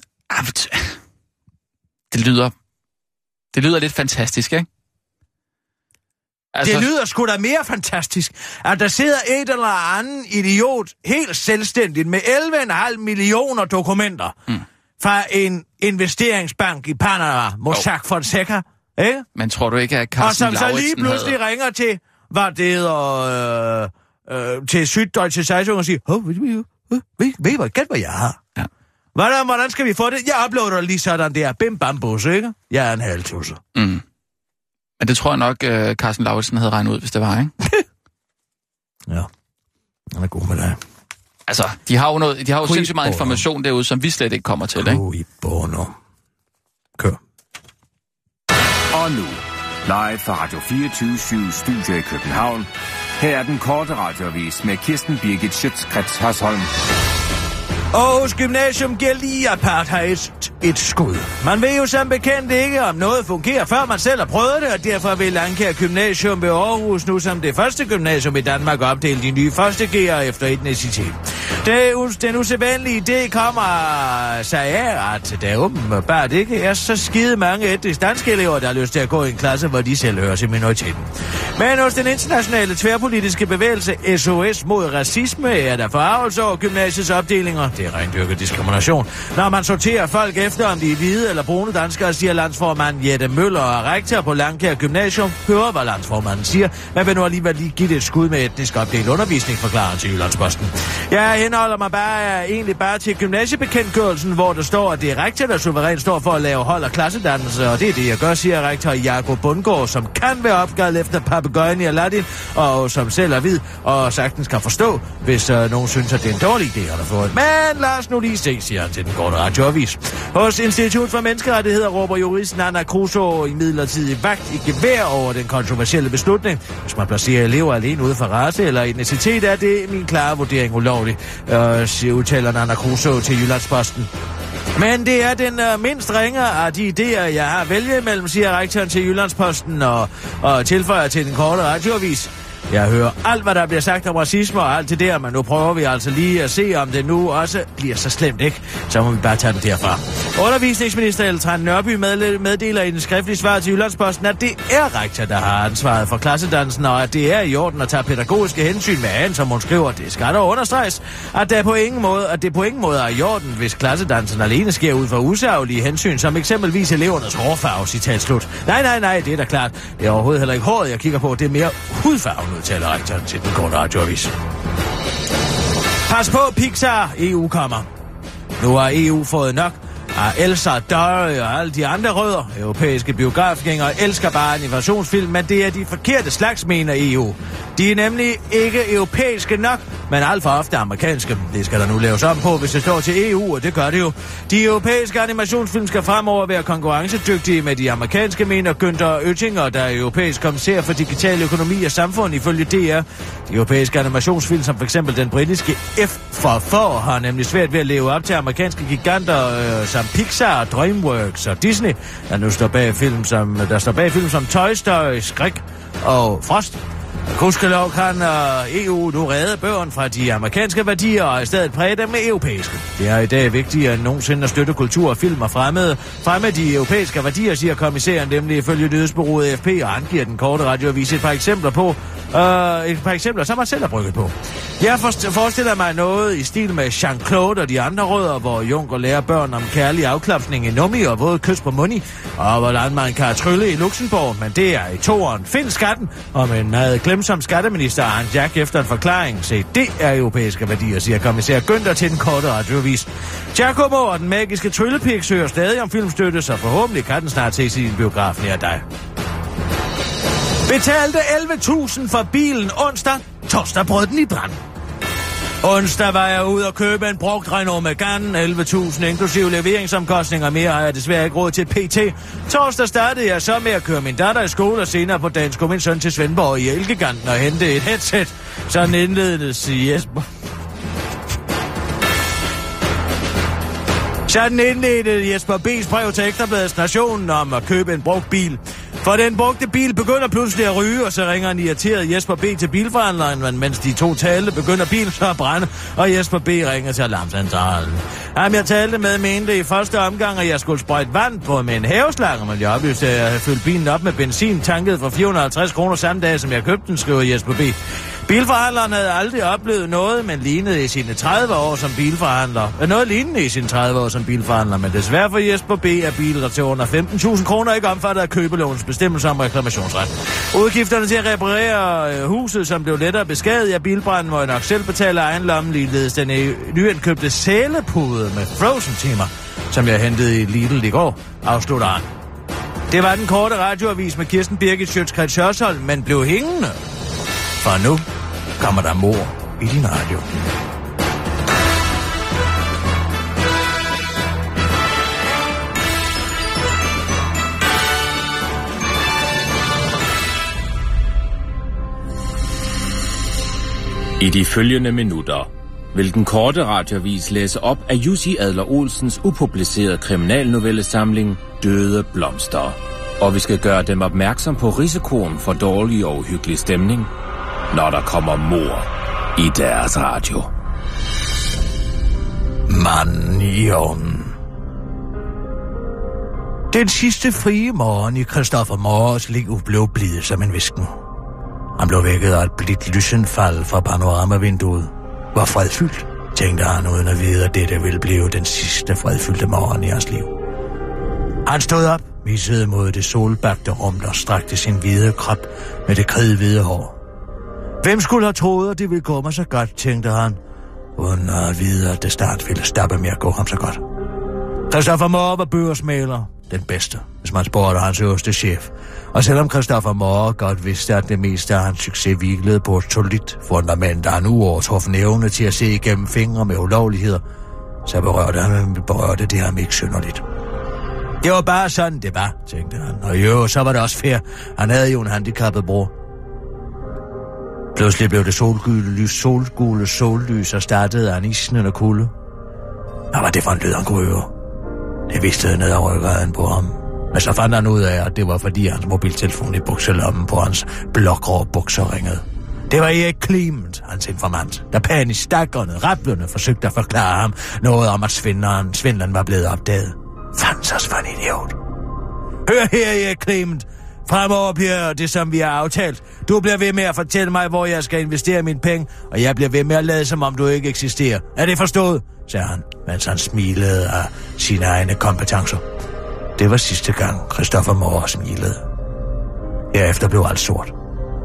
Speaker 4: Det lyder lidt fantastisk, ikke?
Speaker 5: Altså... Det lyder sgu da mere fantastisk, at der sidder et eller andet idiot helt selvstændigt med 11,5 millioner dokumenter fra en investeringsbank i Panama, Mossack Fonseca, ikke?
Speaker 4: Men tror du ikke, at Carsten Lauritsen
Speaker 5: og som så lige pludselig ringer til, hvad det hedder, til Süddeutsche Zeitung og siger, Gæt, hvad jeg har.
Speaker 4: Ja.
Speaker 5: Hvordan skal vi få det? Jeg uploader lige sådan der. Bim bambus, ikke? Jeg er en halvtusser.
Speaker 4: Mm. Men det tror jeg nok, Carsten Lauritsen havde regnet ud, hvis det var, ikke?
Speaker 5: Ja. Han er god med dig.
Speaker 4: Altså, de har jo sindssygt meget information derude, som vi slet ikke kommer til, ikke?
Speaker 5: Cui bono. Kør.
Speaker 2: Og nu, live fra Radio 24/7 Studio i København. Her er den korte radioavis med Kirsten Birgit Schøtz-Krets Hørsholm.
Speaker 5: Aarhus Gymnasium giver lige apartheid et skud. Man ved jo som bekendt ikke, om noget fungerer, før man selv har prøvet det, og derfor vil Langkær Gymnasium ved Aarhus nu som det første gymnasium i Danmark opdele de nye førsteg'ere efter etnicitet. Den usædvanlige idé kommer sig af, at der åbenbart ikke er så skide mange etnisk danske elever, der har lyst til at gå i en klasse, hvor de selv hører til minoriteten. Men hos den internationale tværpolitiske bevægelse SOS mod racisme er der forarvelse over gymnasiets opdelinger. Det er rendyrket diskrimination. Når man sorterer folk efter, om de er hvide eller brune danskere, siger landsformand Jette Møller og rektor på Langkær Gymnasium. Hører, hvad landsformanden siger, men vil nu alligevel lige give det et skud med etnisk opdelt undervisning, forklarer til Jyllandsposten. Jeg henholder mig egentlig bare til gymnasiebekendtgørelsen, hvor der står, at det er rektor, der suverænt står for at lave hold- og klassedannelse, og det er det, jeg gør, siger rektor Jakob Bundgaard, som kan være opkaldt efter papegøjen i Aladdin, og som selv er hvid, og sagtens kan forstå, hvis nogen synes, at det er en dårlig idé, han har fået. Men lad os nu lige se, siger han til den korte radioavis. Hos Institut for Menneskerettigheder råber juristen Anna Kruso i midlertidig vagt i gevær over den kontroversielle beslutning. Hvis man placerer elever alene ude for race eller etnicitet, er det min klare vurdering ulovligt, udtaler Anna Kruso til Jyllandsposten. Men det er den mindst ringe af de idéer, jeg har at vælge imellem, siger rektoren til Jyllandsposten og tilføjer til den korte radioavis. Jeg hører alt, hvad der bliver sagt om racisme og alt det der, men nu prøver vi altså lige at se, om det nu også bliver så slemt, ikke? Så må vi bare tage den derfra. Undervisningsminister Ellen Trane Nørby meddeler i den skriftlige svar til Jyllandsposten, at det er rektor, der har ansvaret for klassedannelsen, og at det er i orden at tage pædagogiske hensyn med an, som hun skriver. Det skal dog understreges, at det på ingen måde er i orden, hvis klassedannelsen alene sker ud fra usaglige hensyn, som eksempelvis elevernes hårfarve, citat slut. Nej, det er da klart. Det er overhovedet heller ikke håret, jeg kigger på. Det er mere hudfarven, udtaler rektoren til den korte radioavis. Pas på, Pixar, EU kommer. Nu har EU fået nok af Elsa, Dory og alle de andre rødder. Europæiske biografgængere elsker bare animationsfilm, men det er de forkerte slags, mener EU. De er nemlig ikke europæiske nok, men alt for ofte amerikanske. Det skal der nu laves om på, hvis det står til EU, og det gør det jo. De europæiske animationsfilm skal fremover være konkurrencedygtige med de amerikanske, mener Günther Oettinger, der er europæisk kommissær for digital økonomi og samfund ifølge DR. De europæiske animationsfilm, som f.eks. den britiske F for Får, har nemlig svært ved at leve op til amerikanske giganter som Pixar, DreamWorks og Disney, der står bag film som Toy Story, Skræk og Frost. Gudskelov kan EU nu redde børn fra de amerikanske værdier og i stedet præge dem med europæiske. Det er i dag vigtigere end nogensinde at støtte kultur og film og fremme de europæiske værdier, siger kommissæren, nemlig ifølge nyhedsbureauet AFP, og han giver den korte radioavis et par eksempler, som han selv har brygget på. Jeg forestiller mig noget i stil med Jean-Claude og de andre rødder, hvor Juncker lærer børn om kærlig afklapsning i nummi og våde kys på mundi, og hvordan man kan trylle i Luxembourg, men det er i toeren. Find skatten om en meget glemsom skatteminister Arne Jack efter en forklaring. Se, det er europæiske værdier, siger kommissær Günther til den korte radioavis. Giacomo og den magiske tryllepik søger stadig om filmstøtte, så forhåbentlig kan den snart ses i en biograf nær dig. Betalte 11.000 for bilen onsdag. Torsdag brød den i brand. Onsdag var jeg ude og købe en brugt Renault Megane, 11.000 inklusive leveringsomkostninger, mere har jeg desværre ikke råd til PT. Torsdag startede jeg så med at køre min datter i skole, og senere på dagen skulle min søn til Svendborg i Elgiganten og hente et headset. Sådan indledes Jesper. Sådan indledte Jesper B's brev til Ekstrabladets Nationen om at købe en brugt bil. For den brugte bil begynder pludselig at ryge, og så ringer en irriteret Jesper B. til bilforhandleren, men mens de to talte, begynder bilen så at brænde, og Jesper B. ringer til alarmcentralen. Ham jeg talte med mente i første omgang, at jeg skulle sprøjte vand på med en haveslange, men jeg oplyste, at jeg havde fyldt bilen op med benzin, tanket for 450 kroner samme dag, som jeg købte den, skriver Jesper B. Bilforhandleren havde aldrig oplevet noget, men lignede i sine 30 år som bilforhandler. Noget lignende i sine 30 år som bilforhandler, men desværre for Jesper B. er bilreturen af 15.000 kroner ikke omfattet af købelovens bestemmelser om reklamationsret. Udgifterne til at reparere huset, som blev lettere beskadiget af bilbranden, må nok selv betale egen lomme, ligeledes den nyindkøbte sælepude med frozen-timer, som jeg hentede i Lidl i går, afslutter han. Det var den korte radioavis med Kirsten Birgit Schøtz-Krets Hørsholm, men blev hængende. For nu kommer der mor i din radio.
Speaker 2: I de følgende minutter vil den korte radioavis læse op af Jussi Adler Olsens upublicerede kriminalnovellesamling Døde Blomster. Og vi skal gøre dem opmærksom på risikoen for dårlig og uhyggelig stemning, når der kommer mord i deres radio.
Speaker 5: Manden i ovnen. Den sidste frie morgen i Christoffer Moores liv blev blidt som en hvisken. Han blev vækket af et blidt lysenfald fra panoramavinduet. Hvor fredfyldt, tænkte han uden at vide, at dette ville blive den sidste fredfyldte morgen i hans liv. Han stod op, visede mod det solbagte rum, der strakte sin hvide krop med det kridhvide hår. Hvem skulle have troet, at det ville gå mig så godt, tænkte han, uden at vide, at det snart ville stoppe med at gå ham så godt. Christoffer Moore var børsmægler, den bedste, hvis man spurgte hans øverste chef. Og selvom Christoffer Moore godt vidste, at det meste af hans succes hvilede på et solidt fundament, og han uovertruffen evne til at se igennem fingre med ulovligheder, så berørte det ham ikke synderligt. Det var bare sådan, det var, tænkte han. Og jo, så var det også fair. Han havde jo en handicappet bror. Pludselig blev det solgule sollys, og startede han isnen og kulde. Hvad var det for en lyd, han kunne høre? Det vidste ned ad ryggraden på ham. Men så fandt han ud af, at det var fordi hans mobiltelefon i bukselommen på hans blågrå bukser ringede. Det var Erik Clement, hans informant, der panisk stakkerne, rablende forsøgte at forklare ham noget om, at svindleren var blevet opdaget. Fansers for en idiot. Hør her, Erik Clement. Fremover bliver det, som vi har aftalt. Du bliver ved med at fortælle mig, hvor jeg skal investere mine penge, og jeg bliver ved med at lade, som om du ikke eksisterer. Er det forstået? Sagde han, mens han smilede af sine egne kompetencer. Det var sidste gang, Christoffer Moore smilede. Herefter blev alt sort.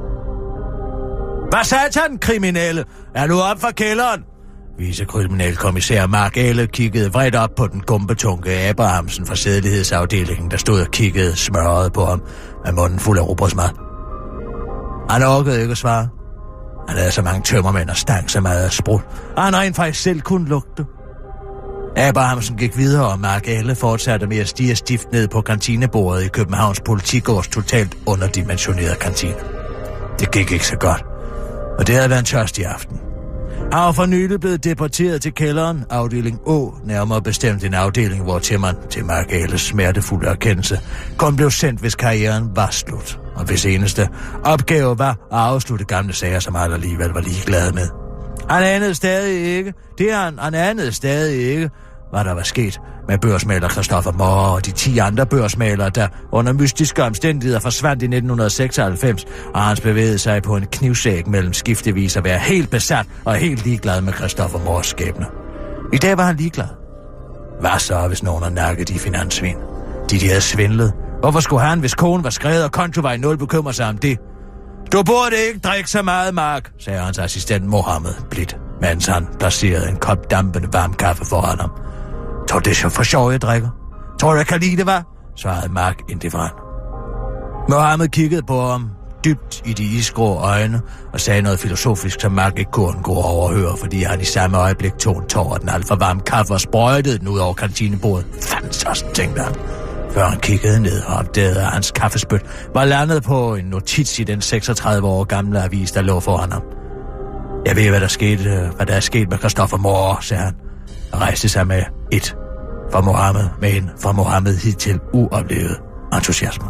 Speaker 5: Hvad satan, kriminelle? Er du op fra kælderen? Vicekriminalkommissær Mark Elle kiggede vredt op på den gumpetunke Abrahamsen fra sædelighedsafdelingen, der stod og kiggede smørret på ham med munden fuld af rugbrødsmad. Han orkede ikke at svare. Han havde så mange tømmermænd og stank så meget af sprut, og han rent faktisk selv kunne lugte. Abrahamsen gik videre, og Mark Elle fortsatte med at stige stift ned på kantinebordet i Københavns Politigårds totalt underdimensionerede kantine. Det gik ikke så godt, og det havde været en tørstig aften. Han var for nylig blevet deporteret til kælderen, afdeling Å, nærmere bestemt en afdeling, hvor til man, til Mark Elles smertefulde erkendelse, kun blev sendt, hvis karrieren var slut, og hvis eneste opgave var at afslutte gamle sager, som han alligevel var ligeglad med. Han anede stadig ikke, hvad der var sket med børsmaler Christoffer Moore og de 10 andre børsmalere, der under mystiske omstændigheder forsvandt i 1996, og han bevægede sig på en knivsæk mellem skiftevis at være helt besat og helt ligeglad med Christoffer Moores skæbne. I dag var han ligeglad. Hvad så, hvis nogen havde nakket de finanssvin? De havde svindlet. Hvorfor skulle han, hvis konen var skrevet og konto var i 0, bekymre sig om det? Du burde ikke drikke så meget, Mark, sagde hans assistent Mohammed blidt, mens han placerede en kop dampende varm kaffe foran ham. Tror det er for sjov, jeg drikker? Tror du, jeg kan lide det, hva'? Svarede Mark indifferent. Mohammed kiggede på ham dybt i de isgrå øjne og sagde noget filosofisk, som Mark ikke kunne undgå at overhøre, fordi han i samme øjeblik tog en tår af den alt for varme kaffe og sprøjtede den ud over kantinebordet. Fandt, tænkte han. Før han kiggede ned og opdagede, at hans kaffespyt var landet på en notits i den 36 år gamle avis, der lå foran ham. Jeg ved, hvad der er sket med Christoffer Moore, sagde han, og rejste sig med et for Mohammed, med en for Mohammed hidtil uoplevet entusiasme.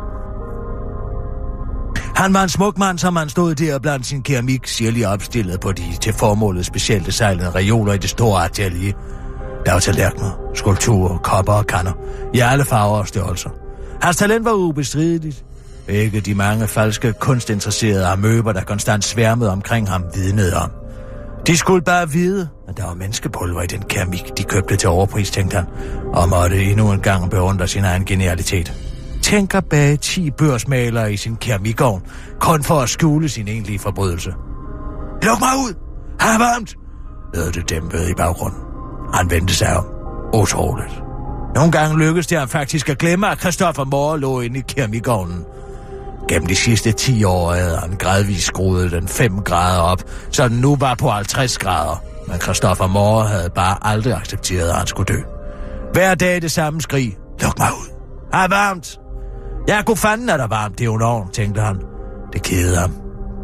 Speaker 5: Han var en smuk mand, som han stod der blandt sin keramik, sirligt opstillet på de til formålet specielt designede reoler i det store atelier. Der var tallerkener, skulpturer, kopper og kanner, i alle farver og størrelser. Hans talent var ubestrideligt. Ikke de mange falske kunstinteresserede amøber, der konstant sværmede omkring ham, vidnede om. De skulle bare vide, at der var menneskepulver i den keramik, de købte til overpris, tænkte han, og måtte endnu en gang beundre sin egen genialitet. Tænker bag 10 børsmalere i sin keramikovn, kun for at skjule sin egentlige forbrydelse. Luk mig ud! Her er varmt! Lød det dæmpet i baggrunden. Han vendte sig om. Utroligt. Nogle gange lykkedes det ham faktisk at glemme, at Christoffer Moore lå inde i keramikovnen. Gennem de sidste 10 år havde han gradvist skruet den 5 grader op, så den nu var på 50 grader. Men Christoffer Moore havde bare aldrig accepteret, at han skulle dø. Hver dag det samme skrig. Luk mig ud! Her er varmt! Ja, god fanden er der varmt i ovnen, tænkte han. Det kedede ham.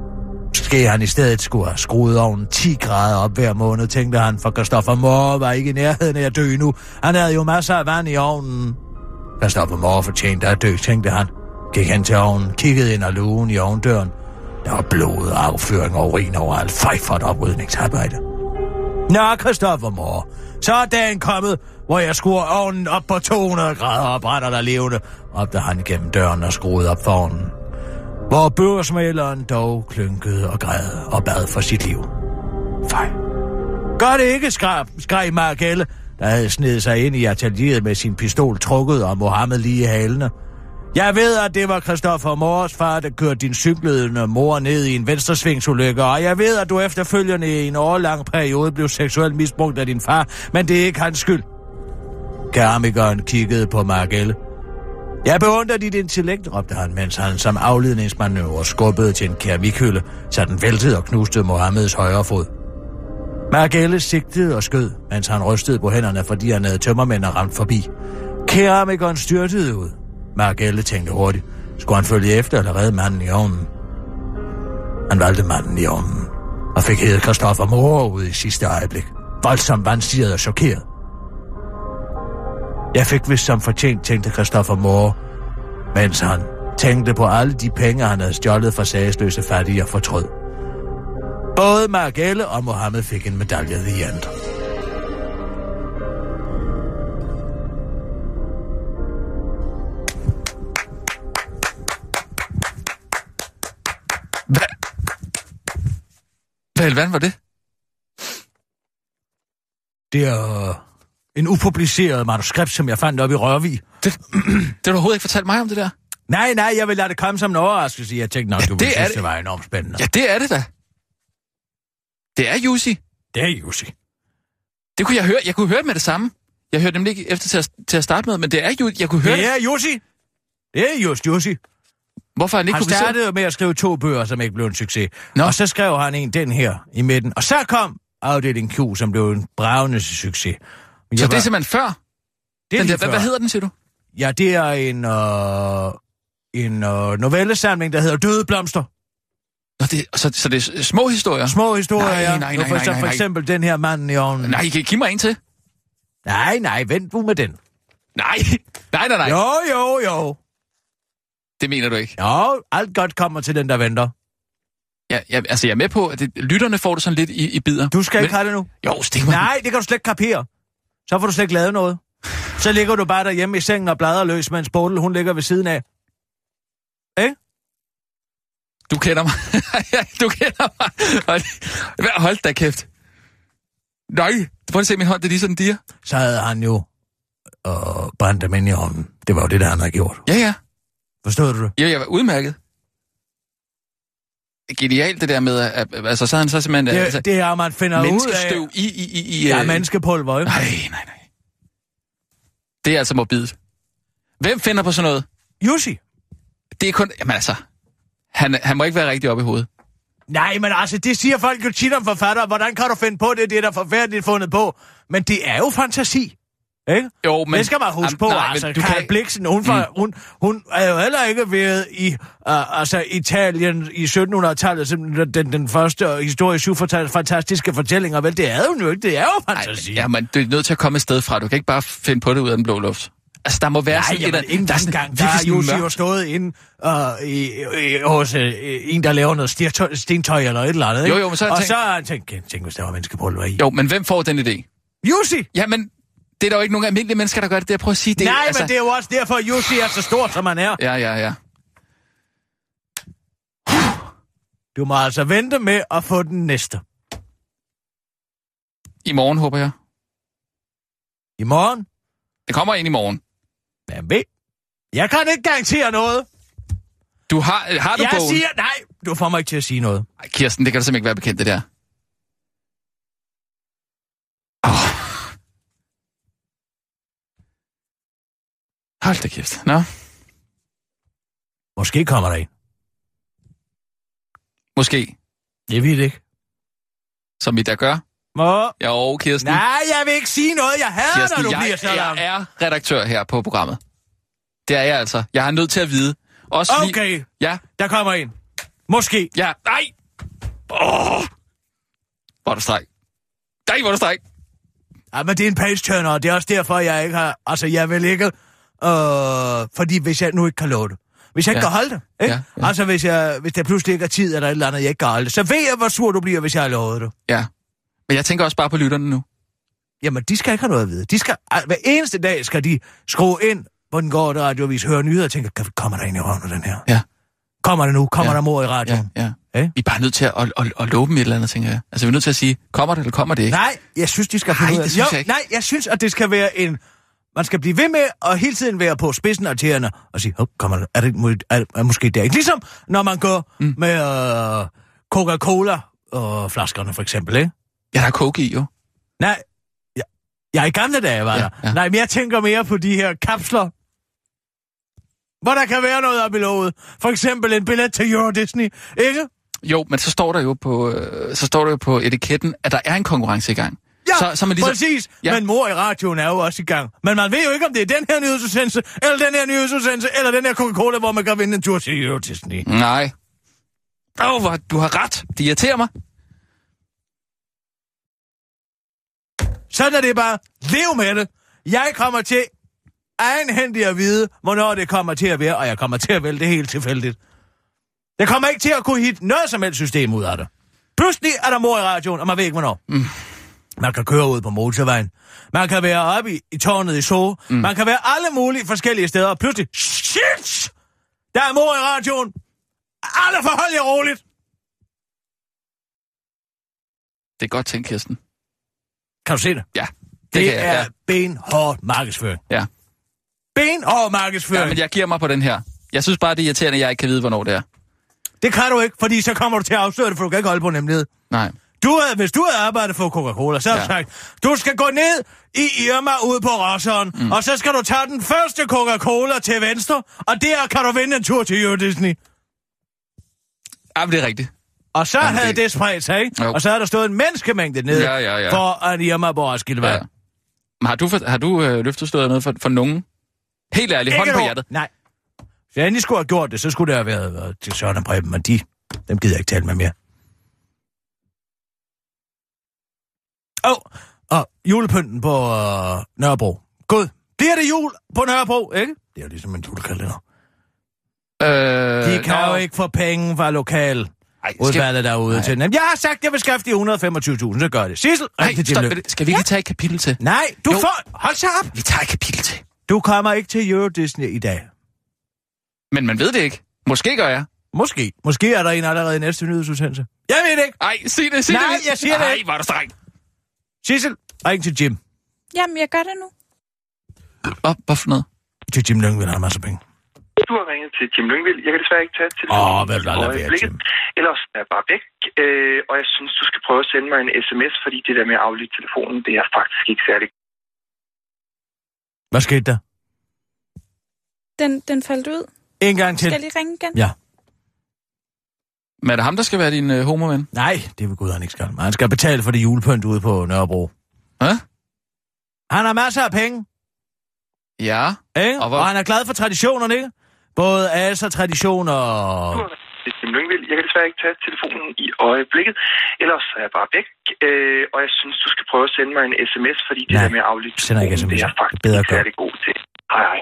Speaker 5: Måske han i stedet skulle have skruet ovnen 10 grader op hver måned, tænkte han, for Christoffer Moore var ikke i nærheden af at dø nu. Han havde jo masser af vand i ovnen. Christoffer Moore fortjente at dø, tænkte han. Gik hen til ovnen, kiggede ind ad lugen i ovndøren. Der var blod, afføring og urin overalt. Fej for et oprydningsarbejde. Nå, Christoffer Moore, så er dagen kommet, hvor jeg skruer ovnen op på 200 grader og brænder der levende, opdagede han gennem døren og skruede op for ovnen. Hvor børsmaleren dog klynkede og græd og bad for sit liv. Fej. Gør det ikke, skreg Margelle, der havde snedet sig ind i atelieret med sin pistol trukket og Mohammed lige i halene. Jeg ved, at det var Christoffer Moores far, der kørte din cyklede mor ned i en venstresvingsulykke, og jeg ved, at du efterfølgende i en årlang periode blev seksuelt misbrugt af din far, men det er ikke hans skyld. Keramikeren kiggede på Margelle. Jeg beundrer dit intellekt, råbte han, mens han som afledningsmanøvre skubbede til en keramikhylde, så den væltede og knuste Mohammeds højre fod. Margelle sigtede og skød, mens han rystede på hænderne, fordi han havde tømmermænd og ramt forbi. Keramikeren styrtede ud. Margelle tænkte hurtigt. Skulle han følge efter eller redde manden i ovnen? Han valgte manden i ovnen og fik hævet Christoffer Moore ud i sidste øjeblik. Voldsomt vansiret og chokeret. Jeg fik vist som fortjent, tænkte Christoffer Moore, mens han tænkte på alle de penge, han havde stjålet fra sagsløse fattige og fortrød. Både Margelle og Mohammed fik en medalje i andet.
Speaker 4: Hvad var det?
Speaker 5: Det er en upubliceret manuskript, som jeg fandt op i Rørvig.
Speaker 4: Det har du overhovedet ikke fortalt mig om det der?
Speaker 5: Nej, jeg vil lade det komme som en overraskelse. Jeg tænkte nok, du ville synes, det var enormt spændende.
Speaker 4: Ja, det er det da. Det er Jussi.
Speaker 5: Det er Jussi.
Speaker 4: Det kunne jeg høre. Jeg kunne høre med det samme. Jeg hørte nemlig ikke efter til at starte med, men det er Jussi. Jeg kunne høre
Speaker 5: det. Er Jussi. Det er just Jussi.
Speaker 4: Hvorfor han ikke
Speaker 5: publiceret? Han startede jo med at skrive 2 bøger, som ikke blev en succes. Nå. Og så skrev han den her i midten. Og så kom Afdeling Q, som blev en bravende succes.
Speaker 4: Så det er simpelthen før?
Speaker 5: Det er
Speaker 4: den der,
Speaker 5: før.
Speaker 4: Hvad hedder den, siger du?
Speaker 5: Ja, det er en novellesamling, der hedder Døde Blomster.
Speaker 4: Nå, så det er små historier?
Speaker 5: Små historier, nej. For eksempel den her manden i ovnen.
Speaker 4: Nej, kan I give mig en til?
Speaker 5: Nej, vent du med den.
Speaker 4: Nej.
Speaker 5: Jo.
Speaker 4: Det mener du ikke?
Speaker 5: Jo, alt godt kommer til den, der venter.
Speaker 4: Ja, altså jeg er med på, at lytterne får det sådan lidt i bidder.
Speaker 5: Du skal ikke have det nu?
Speaker 4: Jo, stik mig.
Speaker 5: Nej, det kan du slet ikke kapere. Så får du slet ikke lavet noget. Så ligger du bare derhjemme i sengen og bladrer løs, mens Bodil, hun ligger ved siden af. Ikke?
Speaker 4: Du kender mig. Du kender mig. Hold da kæft. Nej, prøv at se min hånd, det er lige sådan, de er.
Speaker 5: Så havde han jo brændt dem ind i ovnen. Det var jo det, der han havde gjort.
Speaker 4: Ja.
Speaker 5: Forstod du det?
Speaker 4: Ja, jeg var udmærket. Genialt det der med, at altså, så havde han så simpelthen...
Speaker 5: Det er, man finder ud af...
Speaker 4: Menneskestøv i
Speaker 5: ja, menneskepulver, ikke?
Speaker 4: Nej. Det er altså morbidt. Hvem finder på sådan noget?
Speaker 5: Jussi.
Speaker 4: Det er kun... Jamen altså... Han må ikke være rigtig oppe i hovedet.
Speaker 5: Nej, men altså, det siger folk jo tit om forfattere. Hvordan kan du finde på det? Det er da forfærdeligt fundet på. Men det er jo fantasi. Ikke?
Speaker 4: Jo, men...
Speaker 5: Det skal man huske på, altså. Karen Blixen, hun er jo heller ikke været i Italien i 1700-tallet, den første historie, 7 fantastiske fortællinger. Vel, det er jo ikke, det er jo fantasi.
Speaker 4: Ja, men det er nødt til at komme et sted fra. Du kan ikke bare finde på det ud af den blå luft. Altså, der må være
Speaker 5: der er Jussi jo stået inde hos en, der laver noget stentøj eller et eller andet, ikke?
Speaker 4: Jo, men så
Speaker 5: har han tænkt, hvis der var menneskepulver i.
Speaker 4: Jo, men hvem får den idé?
Speaker 5: Jussi!
Speaker 4: Jamen, det er der jo ikke nogen almindelige mennesker, der gør det. Jeg prøver at sige det.
Speaker 5: Nej, altså... men det er jo også derfor, at Jussi er så stor, som han er.
Speaker 4: Ja.
Speaker 5: Du må altså vente med at få den næste.
Speaker 4: I morgen, håber jeg.
Speaker 5: I morgen?
Speaker 4: Det kommer ind i morgen.
Speaker 5: Hvem ved? Jeg kan ikke garantere noget.
Speaker 4: Har du
Speaker 5: jeg
Speaker 4: bogen?
Speaker 5: Siger, nej, du får mig ikke til at sige noget.
Speaker 4: Ej, Kirsten, det kan du simpelthen ikke være bekendt, det der. Hold da kæft. Nå.
Speaker 5: Måske kommer der en.
Speaker 4: Måske.
Speaker 5: Jeg ved det ikke.
Speaker 4: Som I da gør? Jo, Kirsten.
Speaker 5: Nej, jeg vil ikke sige noget. Jeg hader, Kirsten, når du bliver så langt.
Speaker 4: Jeg er redaktør her på programmet. Det er jeg altså. Jeg har nødt til at vide. Også
Speaker 5: okay.
Speaker 4: Ja.
Speaker 5: Der kommer en. Måske.
Speaker 4: Ja. Nej. Hvor er du stræk. Nej, hvor er du stræk.
Speaker 5: Ja, men det er en page-turner, og det er også derfor, jeg ikke har... Altså, jeg vil ikke... fordi hvis jeg nu ikke kan love det. Hvis jeg ikke kan holde det, ikke? Ja. Altså, hvis der pludselig ikke er tid eller et eller andet, jeg ikke kan holde det, så ved jeg, hvor sur du bliver, hvis jeg har lovet det.
Speaker 4: Ja. Men jeg tænker også bare på lytterne nu.
Speaker 5: Jamen, de skal ikke have noget at vide. De skal... Hver eneste dag skal de skrue ind på den gårde radioavis, høre nyheder og tænke, kommer der ind i røven den her?
Speaker 4: Ja.
Speaker 5: Kommer der nu? Kommer der mor i radioen?
Speaker 4: Ja. Vi er bare nødt til at love dem et eller andet, tænker jeg. Altså, vi er nødt til at sige, kommer det eller kommer det ikke?
Speaker 5: Nej, jeg synes, de skal...
Speaker 4: det synes jeg ikke.
Speaker 5: Nej, jeg synes, at det skal være en... Man skal blive ved med at hele tiden være på spidsen af tæerne og sige, kommer der, er måske det ikke? Ligesom når man går med Coca-Cola-flaskerne for eksempel, ikke?
Speaker 4: Ja, der er coke i, jo.
Speaker 5: Nej, jeg i gamle dage var der. Ja. Nej, men jeg tænker mere på de her kapsler, hvor der kan være noget op i låget. For eksempel en billet til Euro Disney, ikke?
Speaker 4: Jo, men så står der jo på etiketten, at der er en konkurrence i gang.
Speaker 5: Ja, så man ligesom... præcis. Ja. Men mor i radioen er jo også i gang. Men man ved jo ikke, om det er den her nyhedsudsendelse, eller den her nyhedsudsendelse, eller den her Coca-Cola, hvor man kan vinde en tur til Euro Disney.
Speaker 4: Nej. Du har ret. Det irriterer mig.
Speaker 5: Sådan er det bare. Lev med det. Jeg kommer til egenhændigt at vide, hvornår det kommer til at være, og jeg kommer til at vælge det helt tilfældigt. Jeg kommer ikke til at kunne hitte noget som helst system ud af det. Pludselig er der mor i radioen, og man ved ikke, hvornår. Man kan køre ud på motorvejen. Man kan være oppe i tårnet i Zoo. Man kan være alle mulige forskellige steder, og pludselig... Shit! Der er mor i radioen! Alle forhold jer roligt!
Speaker 4: Det er godt tænkt, Kirsten.
Speaker 5: Kan du se det?
Speaker 4: Ja.
Speaker 5: Det er benhård markedsføring.
Speaker 4: Ja.
Speaker 5: Benhård markedsføring.
Speaker 4: Ja, men jeg giver mig på den her. Jeg synes bare, det er irriterende, at jeg ikke kan vide, hvornår det er.
Speaker 5: Det kan du ikke, fordi så kommer du til at afsløre det, for du kan ikke holde på nemlighed.
Speaker 4: Nej.
Speaker 5: Hvis du havde arbejdet for Coca-Cola, så har du sagt, du skal gå ned i Irma ude på Rosseren, og så skal du tage den første Coca-Cola til venstre, og der kan du vinde en tur til Euro Disney.
Speaker 4: Ja, men det er rigtigt.
Speaker 5: Og så havde det spredt sig, ikke? Og så havde der stået en menneskemængde nede for at Irma på Roskildevej. Ja.
Speaker 4: Men har du løftestået noget for nogen? Helt ærligt, hånd på hjertet.
Speaker 5: Nej. Hvis jeg endelig skulle have gjort det, så skulle det have været til Søren og Preben, men dem gider jeg ikke tale med mere. Og julepynten på Nørrebro. Gud, bliver det jul på Nørrebro, ikke? Det er jo ligesom en julekalender. De kan jo ikke få penge fra lokal udvalget derude til dem. Jeg har sagt, at jeg vil skaffe de 125.000, så gør det. Sissel,
Speaker 4: skal vi ikke tage et kapitel til?
Speaker 5: Nej, hold så op.
Speaker 4: Vi tager et kapitel til.
Speaker 5: Du kommer ikke til Euro Disney i dag.
Speaker 4: Men man ved det ikke. Måske gør jeg.
Speaker 5: Måske. Måske er der en allerede i næste nyhedsudsendelse. Jeg ved det ikke.
Speaker 4: Nej, sig det.
Speaker 5: Nej, jeg siger det ikke.
Speaker 4: Nej, var du streng.
Speaker 5: Sissel, ring til Jim.
Speaker 6: Jamen, jeg gør det nu.
Speaker 4: Hvad for noget?
Speaker 5: Til Jim Lyngvild, han har masser af penge.
Speaker 7: Du har ringet til Jim Lyngvild. Jeg kan desværre ikke tage telefonen.
Speaker 5: Hvad vil der være, Jim?
Speaker 7: Ellers er jeg bare væk. Og jeg synes, du skal prøve at sende mig en sms, fordi det der med at aflytte telefonen, det er faktisk ikke særlig.
Speaker 5: Hvad skete der?
Speaker 6: Den faldt ud.
Speaker 5: En gang til.
Speaker 6: Skal jeg lige ringe igen?
Speaker 5: Ja.
Speaker 4: Men er det ham, der skal være din homoven?
Speaker 5: Nej, det vil Gud, han ikke skal. Han skal betale for det julepynt ude på Nørrebro.
Speaker 4: Hvad?
Speaker 5: Han har masser af penge.
Speaker 4: Ja.
Speaker 5: Og han er glad for traditionerne, ikke? Både traditioner og...
Speaker 7: Det er Jim Lyngvild. Jeg kan desværre ikke tage telefonen i øjeblikket. Ellers er jeg bare væk. Og jeg synes, du skal prøve at sende mig en sms, fordi det der med at aflytte telefonen, det er faktisk ikke særlig god til. Hej.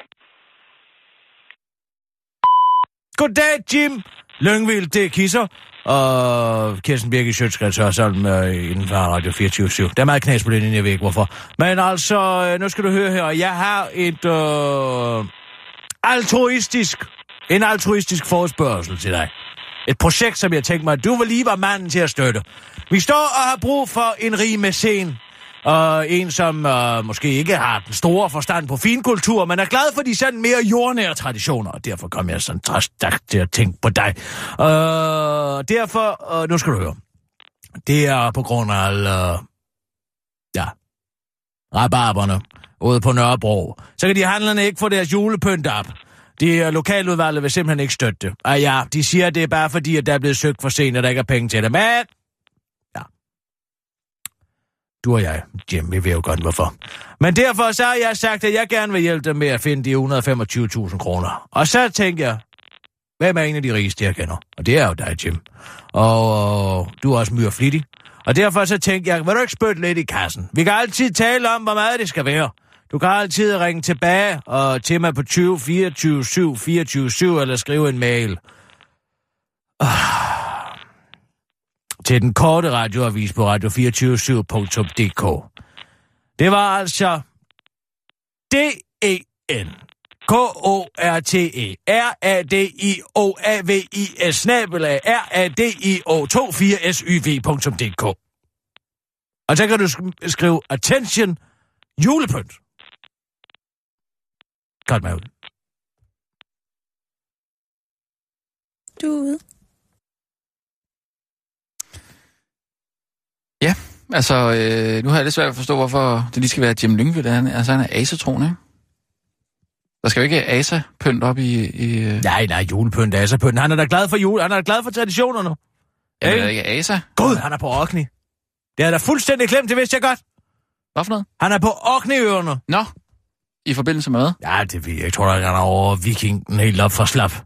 Speaker 5: Goddag, Jim Lyngvild, det er Kisser. Og Kirsten Birgit Sjøtskreds og sådan inden for Radio 24/7. Der er meget knas på linjen, jeg ved ikke hvorfor. Men altså, nu skal du høre her. Jeg har en altruistisk forespørgsel til dig. Et projekt, som jeg tænkte mig, at du lige var manden til at støtte. Vi står og har brug for en rig mæcen. Og en, som måske ikke har den store forstand på finkultur, men er glad for de sådan mere jordnære traditioner. Og derfor kom jeg sådan stærkt til at tænke på dig. Derfor, nu skal du høre. Det er på grund af rabarberne ude på Nørrebro. Så kan de handlerne ikke få deres julepynt op. De lokaludvalgte vil simpelthen ikke støtte det. Og ja, de siger, at det er bare fordi, at der er blevet søgt for sent, og der ikke er penge til det. Men ja, du og jeg, Jim, vi ved jo godt hvorfor. Men derfor så har jeg sagt, at jeg gerne vil hjælpe dem med at finde de 125.000 kroner. Og så tænker jeg, hvem er en af de rigeste, jeg kender? Og det er jo dig, Jim. Og du er også myreflittig. Og derfor så tænkte jeg, vil du ikke spytte lidt i kassen? Vi kan altid tale om, hvor meget det skal være. Du kan altid ringe tilbage og til mig på 20 24 7 24 7 eller skrive en mail. Til den korte radioavis på radio247.dk. Det var altså DEN KORTE RADIOAVIS RADIO24SYV.dk. Og så kan du skrive attention julepynt. Godt med ud.
Speaker 1: Du er ude.
Speaker 4: Ja, altså nu har jeg lidt svært at forstå, hvorfor det lige skal være Jim Lyngvild. Han er asatron, ikke? Der skal jo ikke asa-pynt op i...
Speaker 5: Nej, julepynt, asa-pynt. Han er da glad for jul. Han er da glad for traditionerne.
Speaker 4: Ja, det er ikke asa.
Speaker 5: Gud, han er på Orkney. Det er da fuldstændig glemt, det vidste jeg godt.
Speaker 4: Hvad for noget?
Speaker 5: Han er på Orkneyøerne.
Speaker 4: Nå, i forbindelse med hvad?
Speaker 5: Ja, det ved jeg. Jeg tror, han er over vikingen helt op fra slap.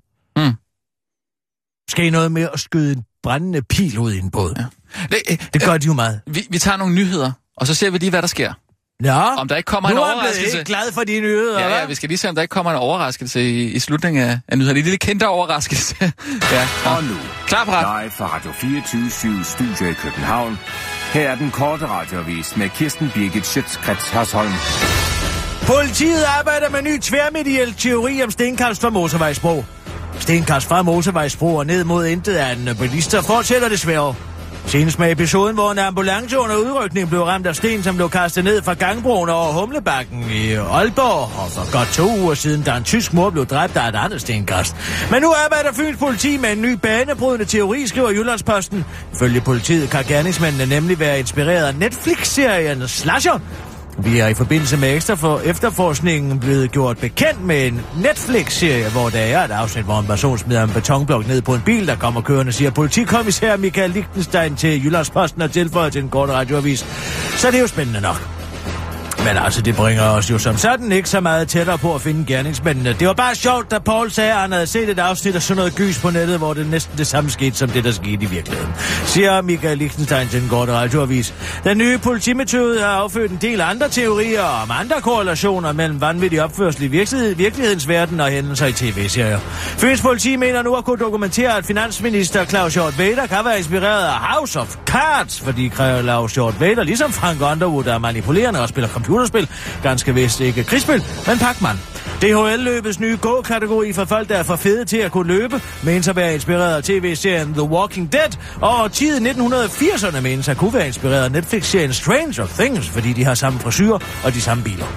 Speaker 5: Skal I noget med at skyde en brændende pil ud i en båd? Ja. Det gør de jo meget.
Speaker 4: Vi tager nogle nyheder, og så ser vi lige, hvad der sker.
Speaker 5: Ja,
Speaker 4: om der ikke kommer en overraskelse.
Speaker 5: Nu er jeg glad for de nyheder,
Speaker 4: ja, vi skal lige se, om der ikke kommer en overraskelse i slutningen af nyhederne. En lille kendte overraskelse. Ja.
Speaker 2: Og nu,
Speaker 4: klar på ret.
Speaker 2: Live fra Radio 24 Studio i København. Her er den korte radioavis med Kirsten Birgit Schøtz-Krets Hørsholm.
Speaker 5: Politiet arbejder med ny tværmediel teori om stenkast fra motorvejsbro. Stenkast fra motorvejsbro og ned mod intet andet bilister fortsætter desværre. Senest med episoden, hvor en ambulance under udrykning blev ramt af sten, som blev kastet ned fra gangbroen over Humlebakken i Aalborg. Og for godt 2 uger siden, da en tysk mor blev dræbt af et andet stenkast. Men nu arbejder Fyns politi med en ny banebrydende teori, skriver Jyllandsposten. Ifølge politiet kan gerningsmændene nemlig være inspireret af Netflix-serien Slasher. Vi er i forbindelse med efterforskningen blevet gjort bekendt med en Netflix-serie, hvor der er et afsnit, hvor en person smider en betonblok ned på en bil, der kommer kørende, siger politikommissær Michael Lichtenstein til Jyllandsposten og tilføjer til en kort radioavis. Så det er jo spændende nok. Men altså, det bringer os jo som sådan ikke så meget tættere på at finde gerningsmændene. Det var bare sjovt, da Paul sagde, at han havde set et afsnit af sådan noget gys på nettet, hvor det næsten det samme skete som det, der skete i virkeligheden. Siger Michael Lichtenstein til den korte radioavis. Den nye politimetode har affødt en del andre teorier om andre korrelationer mellem vanvittig opførsel i virkelighedens verden og hændelser i tv-serier. Fyns politi mener nu at kunne dokumentere, at finansminister Claus Hjort Vader kan være inspireret af House of Cards, fordi Claus Hjort Vader, ligesom Frank Underwood, er manipulerende og spiller computerspil, ganske vist ikke krigsspil, men Pac-Man. DHL-løbets nye gå-kategori for folk, der er for fede til at kunne løbe, menes at være inspireret af tv-serien The Walking Dead, og årtiet 1980'erne menes at kunne være inspireret af Netflix-serien Stranger Things, fordi de har samme frisyr og de samme biler.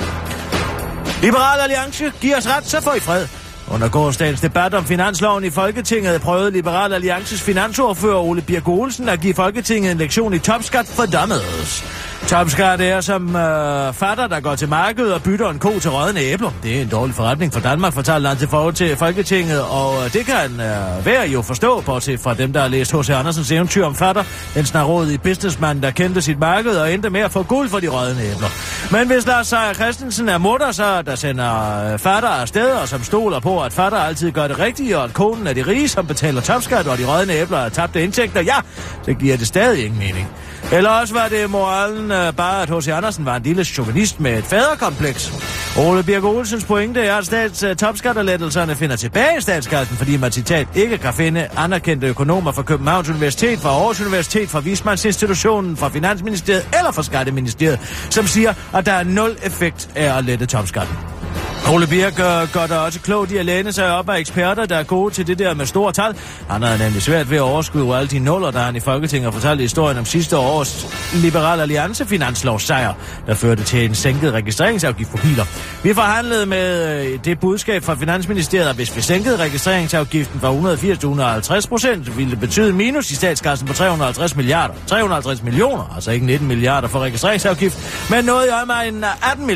Speaker 5: Liberal Alliance giver os ret, så får I fred. Under gårsdagens debat om finansloven i Folketinget prøvede Liberal Alliances finansordfører Ole Birk Olsen at give Folketinget en lektion i topskat for dummies. Topskat er som fatter, der går til markedet og bytter en ko til rådne æbler. Det er en dårlig forretning for Danmark, fortalte han til Folketinget, og det kan være jo forstå, bortset fra dem, der har læst H.C. Andersens eventyr om fatter, den snarrådige businessmand, der kendte sit marked og endte med at få guld for de rådne æbler. Men hvis Lars Seier Christensen er mutter, så der sender fatter afsted, og som stoler på, at fatter altid gør det rigtige, og at konen er de rige, som betaler topskat, og de rådne æbler er tabte indtægter, ja, så giver det stadig ingen mening. Eller også var det moralen bare, at H.C. Andersen var en lille chauvinist med et faderkompleks. Ole Birk Olsens pointe er, at topskatterlettelserne finder tilbage i statskassen, fordi man citat ikke kan finde anerkendte økonomer fra Københavns Universitet, fra Aarhus Universitet, fra Vismandsinstitutionen, fra Finansministeriet eller fra Skatteministeriet, som siger, at der er 0 effekt af at lette topskatten. Ole Birk gør der også klogt i at læne sig op af eksperter, der er gode til det der med store tal. Han havde nemlig svært ved at overskrive alle de nuller, der han i Folketinget fortalte historien om sidste års Liberal Alliance finanslovssejr, der førte til en sænket registreringsafgift for biler. Vi forhandlede med det budskab fra Finansministeriet, at hvis vi sænkede registreringsafgiften fra 180 til 150%, ville det betyde en minus i statskassen på 350 millioner, altså ikke 19 milliarder for registreringsafgift, men noget i omegnen af 18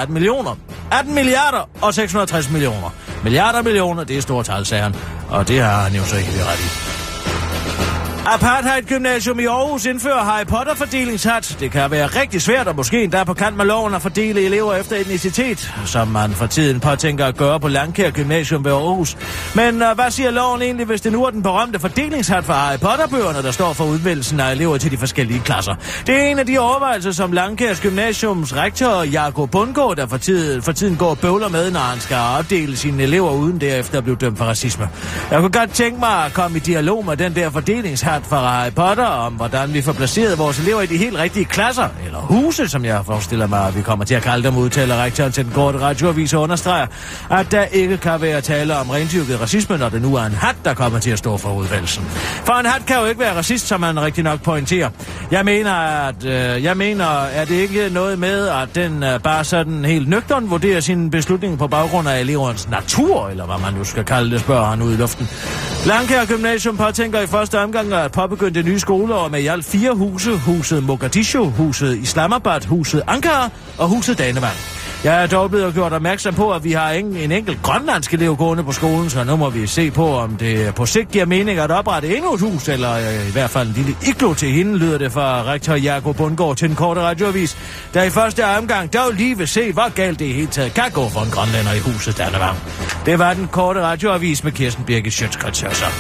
Speaker 5: milliarder og 660 millioner. Millioner, det er stort tal, sagde han. Og det har han jo så ikke ret i. Apartheid Gymnasium i Aarhus indfører Harry Potter-fordelingshat. Det kan være rigtig svært, og måske endda på kant med loven at fordele elever efter etnicitet, som man for tiden påtænker at gøre på Langkær Gymnasium ved Aarhus. Men hvad siger loven egentlig, hvis det nu er den berømte fordelingshat for Harry Potter-bøgerne, der står for udvælgelsen af elever til de forskellige klasser? Det er en af de overvejelser, som Langkærs Gymnasiums rektor Jakob Bundgaard, der for tiden går og bøvler med, når han skal opdele sine elever uden derefter at blive dømt for racisme. Jeg kunne godt tænke mig at komme i dialog med den der fordelingshat for Harry Potter om, hvordan vi får placeret vores elever i de helt rigtige klasser, eller huse, som jeg forestiller mig, at vi kommer til at kalde dem, udtaler rektoren til den korte radioavis og understreger, at der ikke kan være tale om rendyrket racisme, når det nu er en hat, der kommer til at stå for udvalgelsen. For en hat kan jo ikke være racist, som man rigtig nok pointerer. Jeg mener, at det ikke noget med, at den bare sådan helt nøgtern vurderer sin beslutning på baggrund af elevernes natur, eller hvad man nu skal kalde det, spørger han ud i luften. Langkær Gymnasium påtænker i første omgang at påbegynde det nye skoleår med i alt 4 huse. Huset Mogadishu, huset Islamabad, huset Ankara og huset Danevang. Jeg er dog blevet gjort opmærksom på, at vi har en enkelt grønlandsk elev gående på skolen, så nu må vi se på, om det på sigt giver mening at oprette endnu et hus, eller i hvert fald en lille iglo til hende, lyder det fra rektor Jakob Bundgaard til den korte radioavis, der i første omgang dog lige vil se, hvor galt det i hele taget kan gå for en grønlænder i huset Danevang. Det var den korte radioavis med Kirsten Birgit Schøtz-Krets.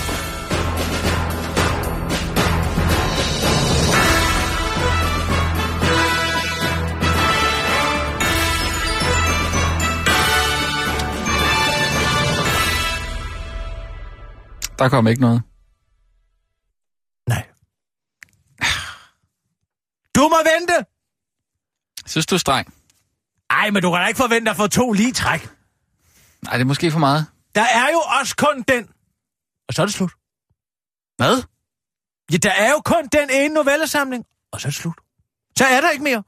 Speaker 4: Der kom ikke noget.
Speaker 5: Nej. Du må vente!
Speaker 4: Synes du er streng?
Speaker 5: Ej, men du kan da ikke forvente at få 2 lige træk.
Speaker 4: Nej, det er måske for meget.
Speaker 5: Der er jo også kun den. Og så er det slut.
Speaker 4: Hvad?
Speaker 5: Ja, der er jo kun den ene novellesamling. Og så er det slut. Så er der ikke mere.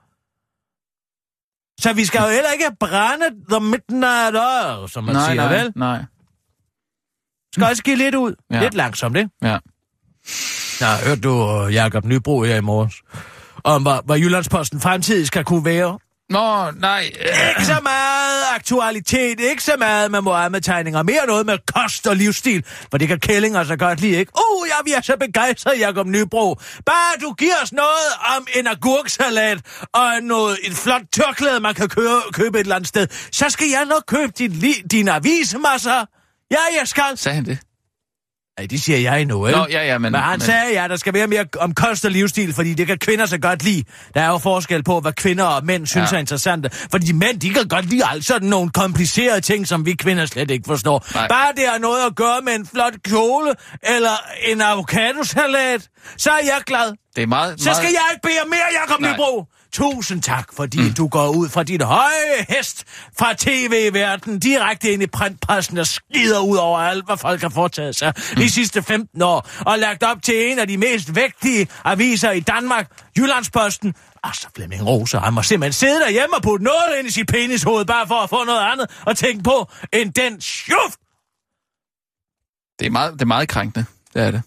Speaker 5: Så vi skal jo heller ikke brænde the midnight oil, som man siger, vel?
Speaker 4: Nej.
Speaker 5: Skal også give lidt ud. Ja. Lidt langsomt, ikke?
Speaker 4: Ja.
Speaker 5: Jeg hørte du Jakob Nybro her i morges, om hvad Jyllandsposten fremtidig skal kunne være.
Speaker 4: Nå, nej.
Speaker 5: Ikke så meget aktualitet, ikke så meget med Mohammed-tegninger, mere noget med kost og livsstil, for det kan Kællinger så godt lide, ikke? Ja, vi er så begejstrede, Jakob Nybro. Bare du giver os noget om en agurksalat og et flot tørklæde, man kan købe et eller andet sted, så skal jeg nok købe din avismasser. Ja, jeg skal.
Speaker 4: Sagde han det?
Speaker 5: Nej, det siger jeg nu, ikke?
Speaker 4: Nå, ja, men
Speaker 5: han sagde, der skal være mere om kost og livsstil, fordi det kan kvinder så godt lide. Der er jo forskel på, hvad kvinder og mænd synes er interessante. Fordi mænd, de kan godt lide alt sådan nogle komplicerede ting, som vi kvinder slet ikke forstår. Nej. Bare det har noget at gøre med en flot kjole, eller en avocadosalat, så er jeg glad.
Speaker 4: Det er meget...
Speaker 5: Så skal jeg ikke bede mere, Jakob Nybro. Tusind tak, fordi du går ud fra dit høje hest fra tv-verden direkte ind i printpressen og skider ud over alt, hvad folk har foretaget sig de sidste 15 år, og lagt op til en af de mest vægtige aviser i Danmark, Jyllandsposten. Så Flemming Rose, han må simpelthen sidde derhjemme og putte noget ind i sit penishoved, bare for at få noget andet at tænke på, end den sjuf!
Speaker 4: Det er meget krænkende, det er det.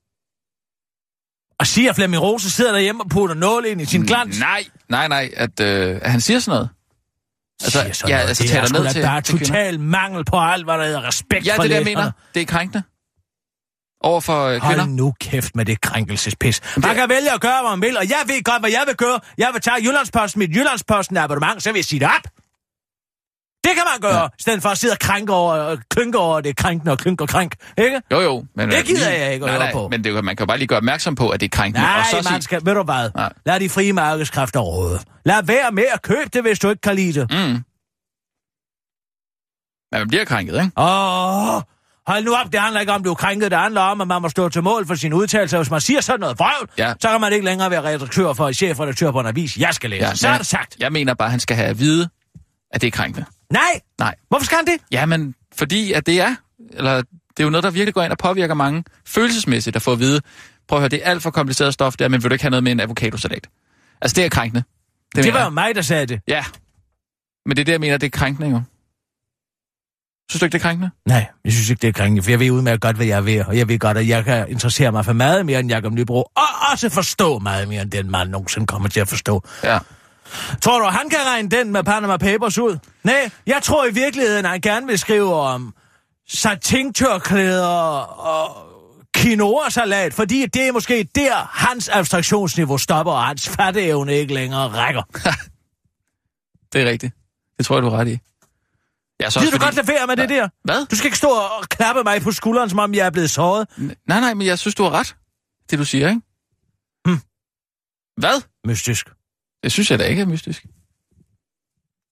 Speaker 5: Og siger, at Flemming Rose sidder derhjemme og putter nåle ind i sin glans?
Speaker 4: Nej, at han siger sådan noget.
Speaker 5: Altså, det er sgu da bare total mangel på alt, hvad der hedder respekt for
Speaker 4: det der mener. Det er krænkende. Over for kvinder.
Speaker 5: Hold nu kæft med det krænkelsespis. Man kan vælge at gøre, hvad man vil, og jeg ved godt, hvad jeg vil gøre. Jeg vil tage mit Jyllandsposten abonnement, så vil jeg sige det op. Det kan man gøre, i stedet for at sidde og klynke over det krænkende og krænk, ikke?
Speaker 4: Jo. Men,
Speaker 5: det gider jeg ikke at høre på.
Speaker 4: Men man kan jo bare lige gøre opmærksom på, at det er krænkende.
Speaker 5: Nej,
Speaker 4: og så
Speaker 5: man skal, ved du hvad? Nej. Lad de frie markedskræfter råde. Lad være med at købe det, hvis du ikke kan lide det.
Speaker 4: Men man bliver krænket, ikke?
Speaker 5: Hold nu op, det handler ikke om, du er krænket. Det handler om, at man må stå til mål for sine udtalelser. Hvis man siger sådan noget vrøvl, så kan man ikke længere være chefredaktør på en avis. Jeg skal læse. Så er det sagt.
Speaker 4: Jeg mener bare, at han skal have at vide, at det er krænkende.
Speaker 5: Nej. Hvorfor skal han det?
Speaker 4: Jamen, fordi at det er jo noget, der virkelig går ind og påvirker mange følelsesmæssigt at få at vide, prøv at høre, det er alt for kompliceret stof der, men vil du ikke have noget med en avocadosalat? Altså, det er krænkende.
Speaker 5: Det var jo mig, der sagde det.
Speaker 4: Ja. Men det er det, jeg mener, det er krænkende jo. Synes du ikke, det er krænkende?
Speaker 5: Nej, jeg synes ikke, det er krænkende, for jeg ved udmærket godt, hvad jeg vil, og jeg ved godt, at jeg kan interessere mig for meget mere end Jakob Nybro, og også forstå meget mere end den mand nogensinde kommer til at forstå.
Speaker 4: Ja.
Speaker 5: Tror du, han kan regne den med Panama Papers ud? Nej, jeg tror i virkeligheden, han gerne vil skrive om satin-tørklæder og quinoa-salat, fordi det er måske der, hans abstraktionsniveau stopper, og hans fatteevne ikke længere rækker.
Speaker 4: Det er rigtigt. Det tror jeg, du er ret i.
Speaker 5: Vil du godt lade være med det der?
Speaker 4: Hvad?
Speaker 5: Du skal ikke stå og klappe mig på skulderen, som om jeg er blevet såret.
Speaker 4: Nej, men jeg synes, du har ret. Det, du siger, ikke? Hvad?
Speaker 5: Mystisk.
Speaker 4: Det synes jeg da ikke er mystisk.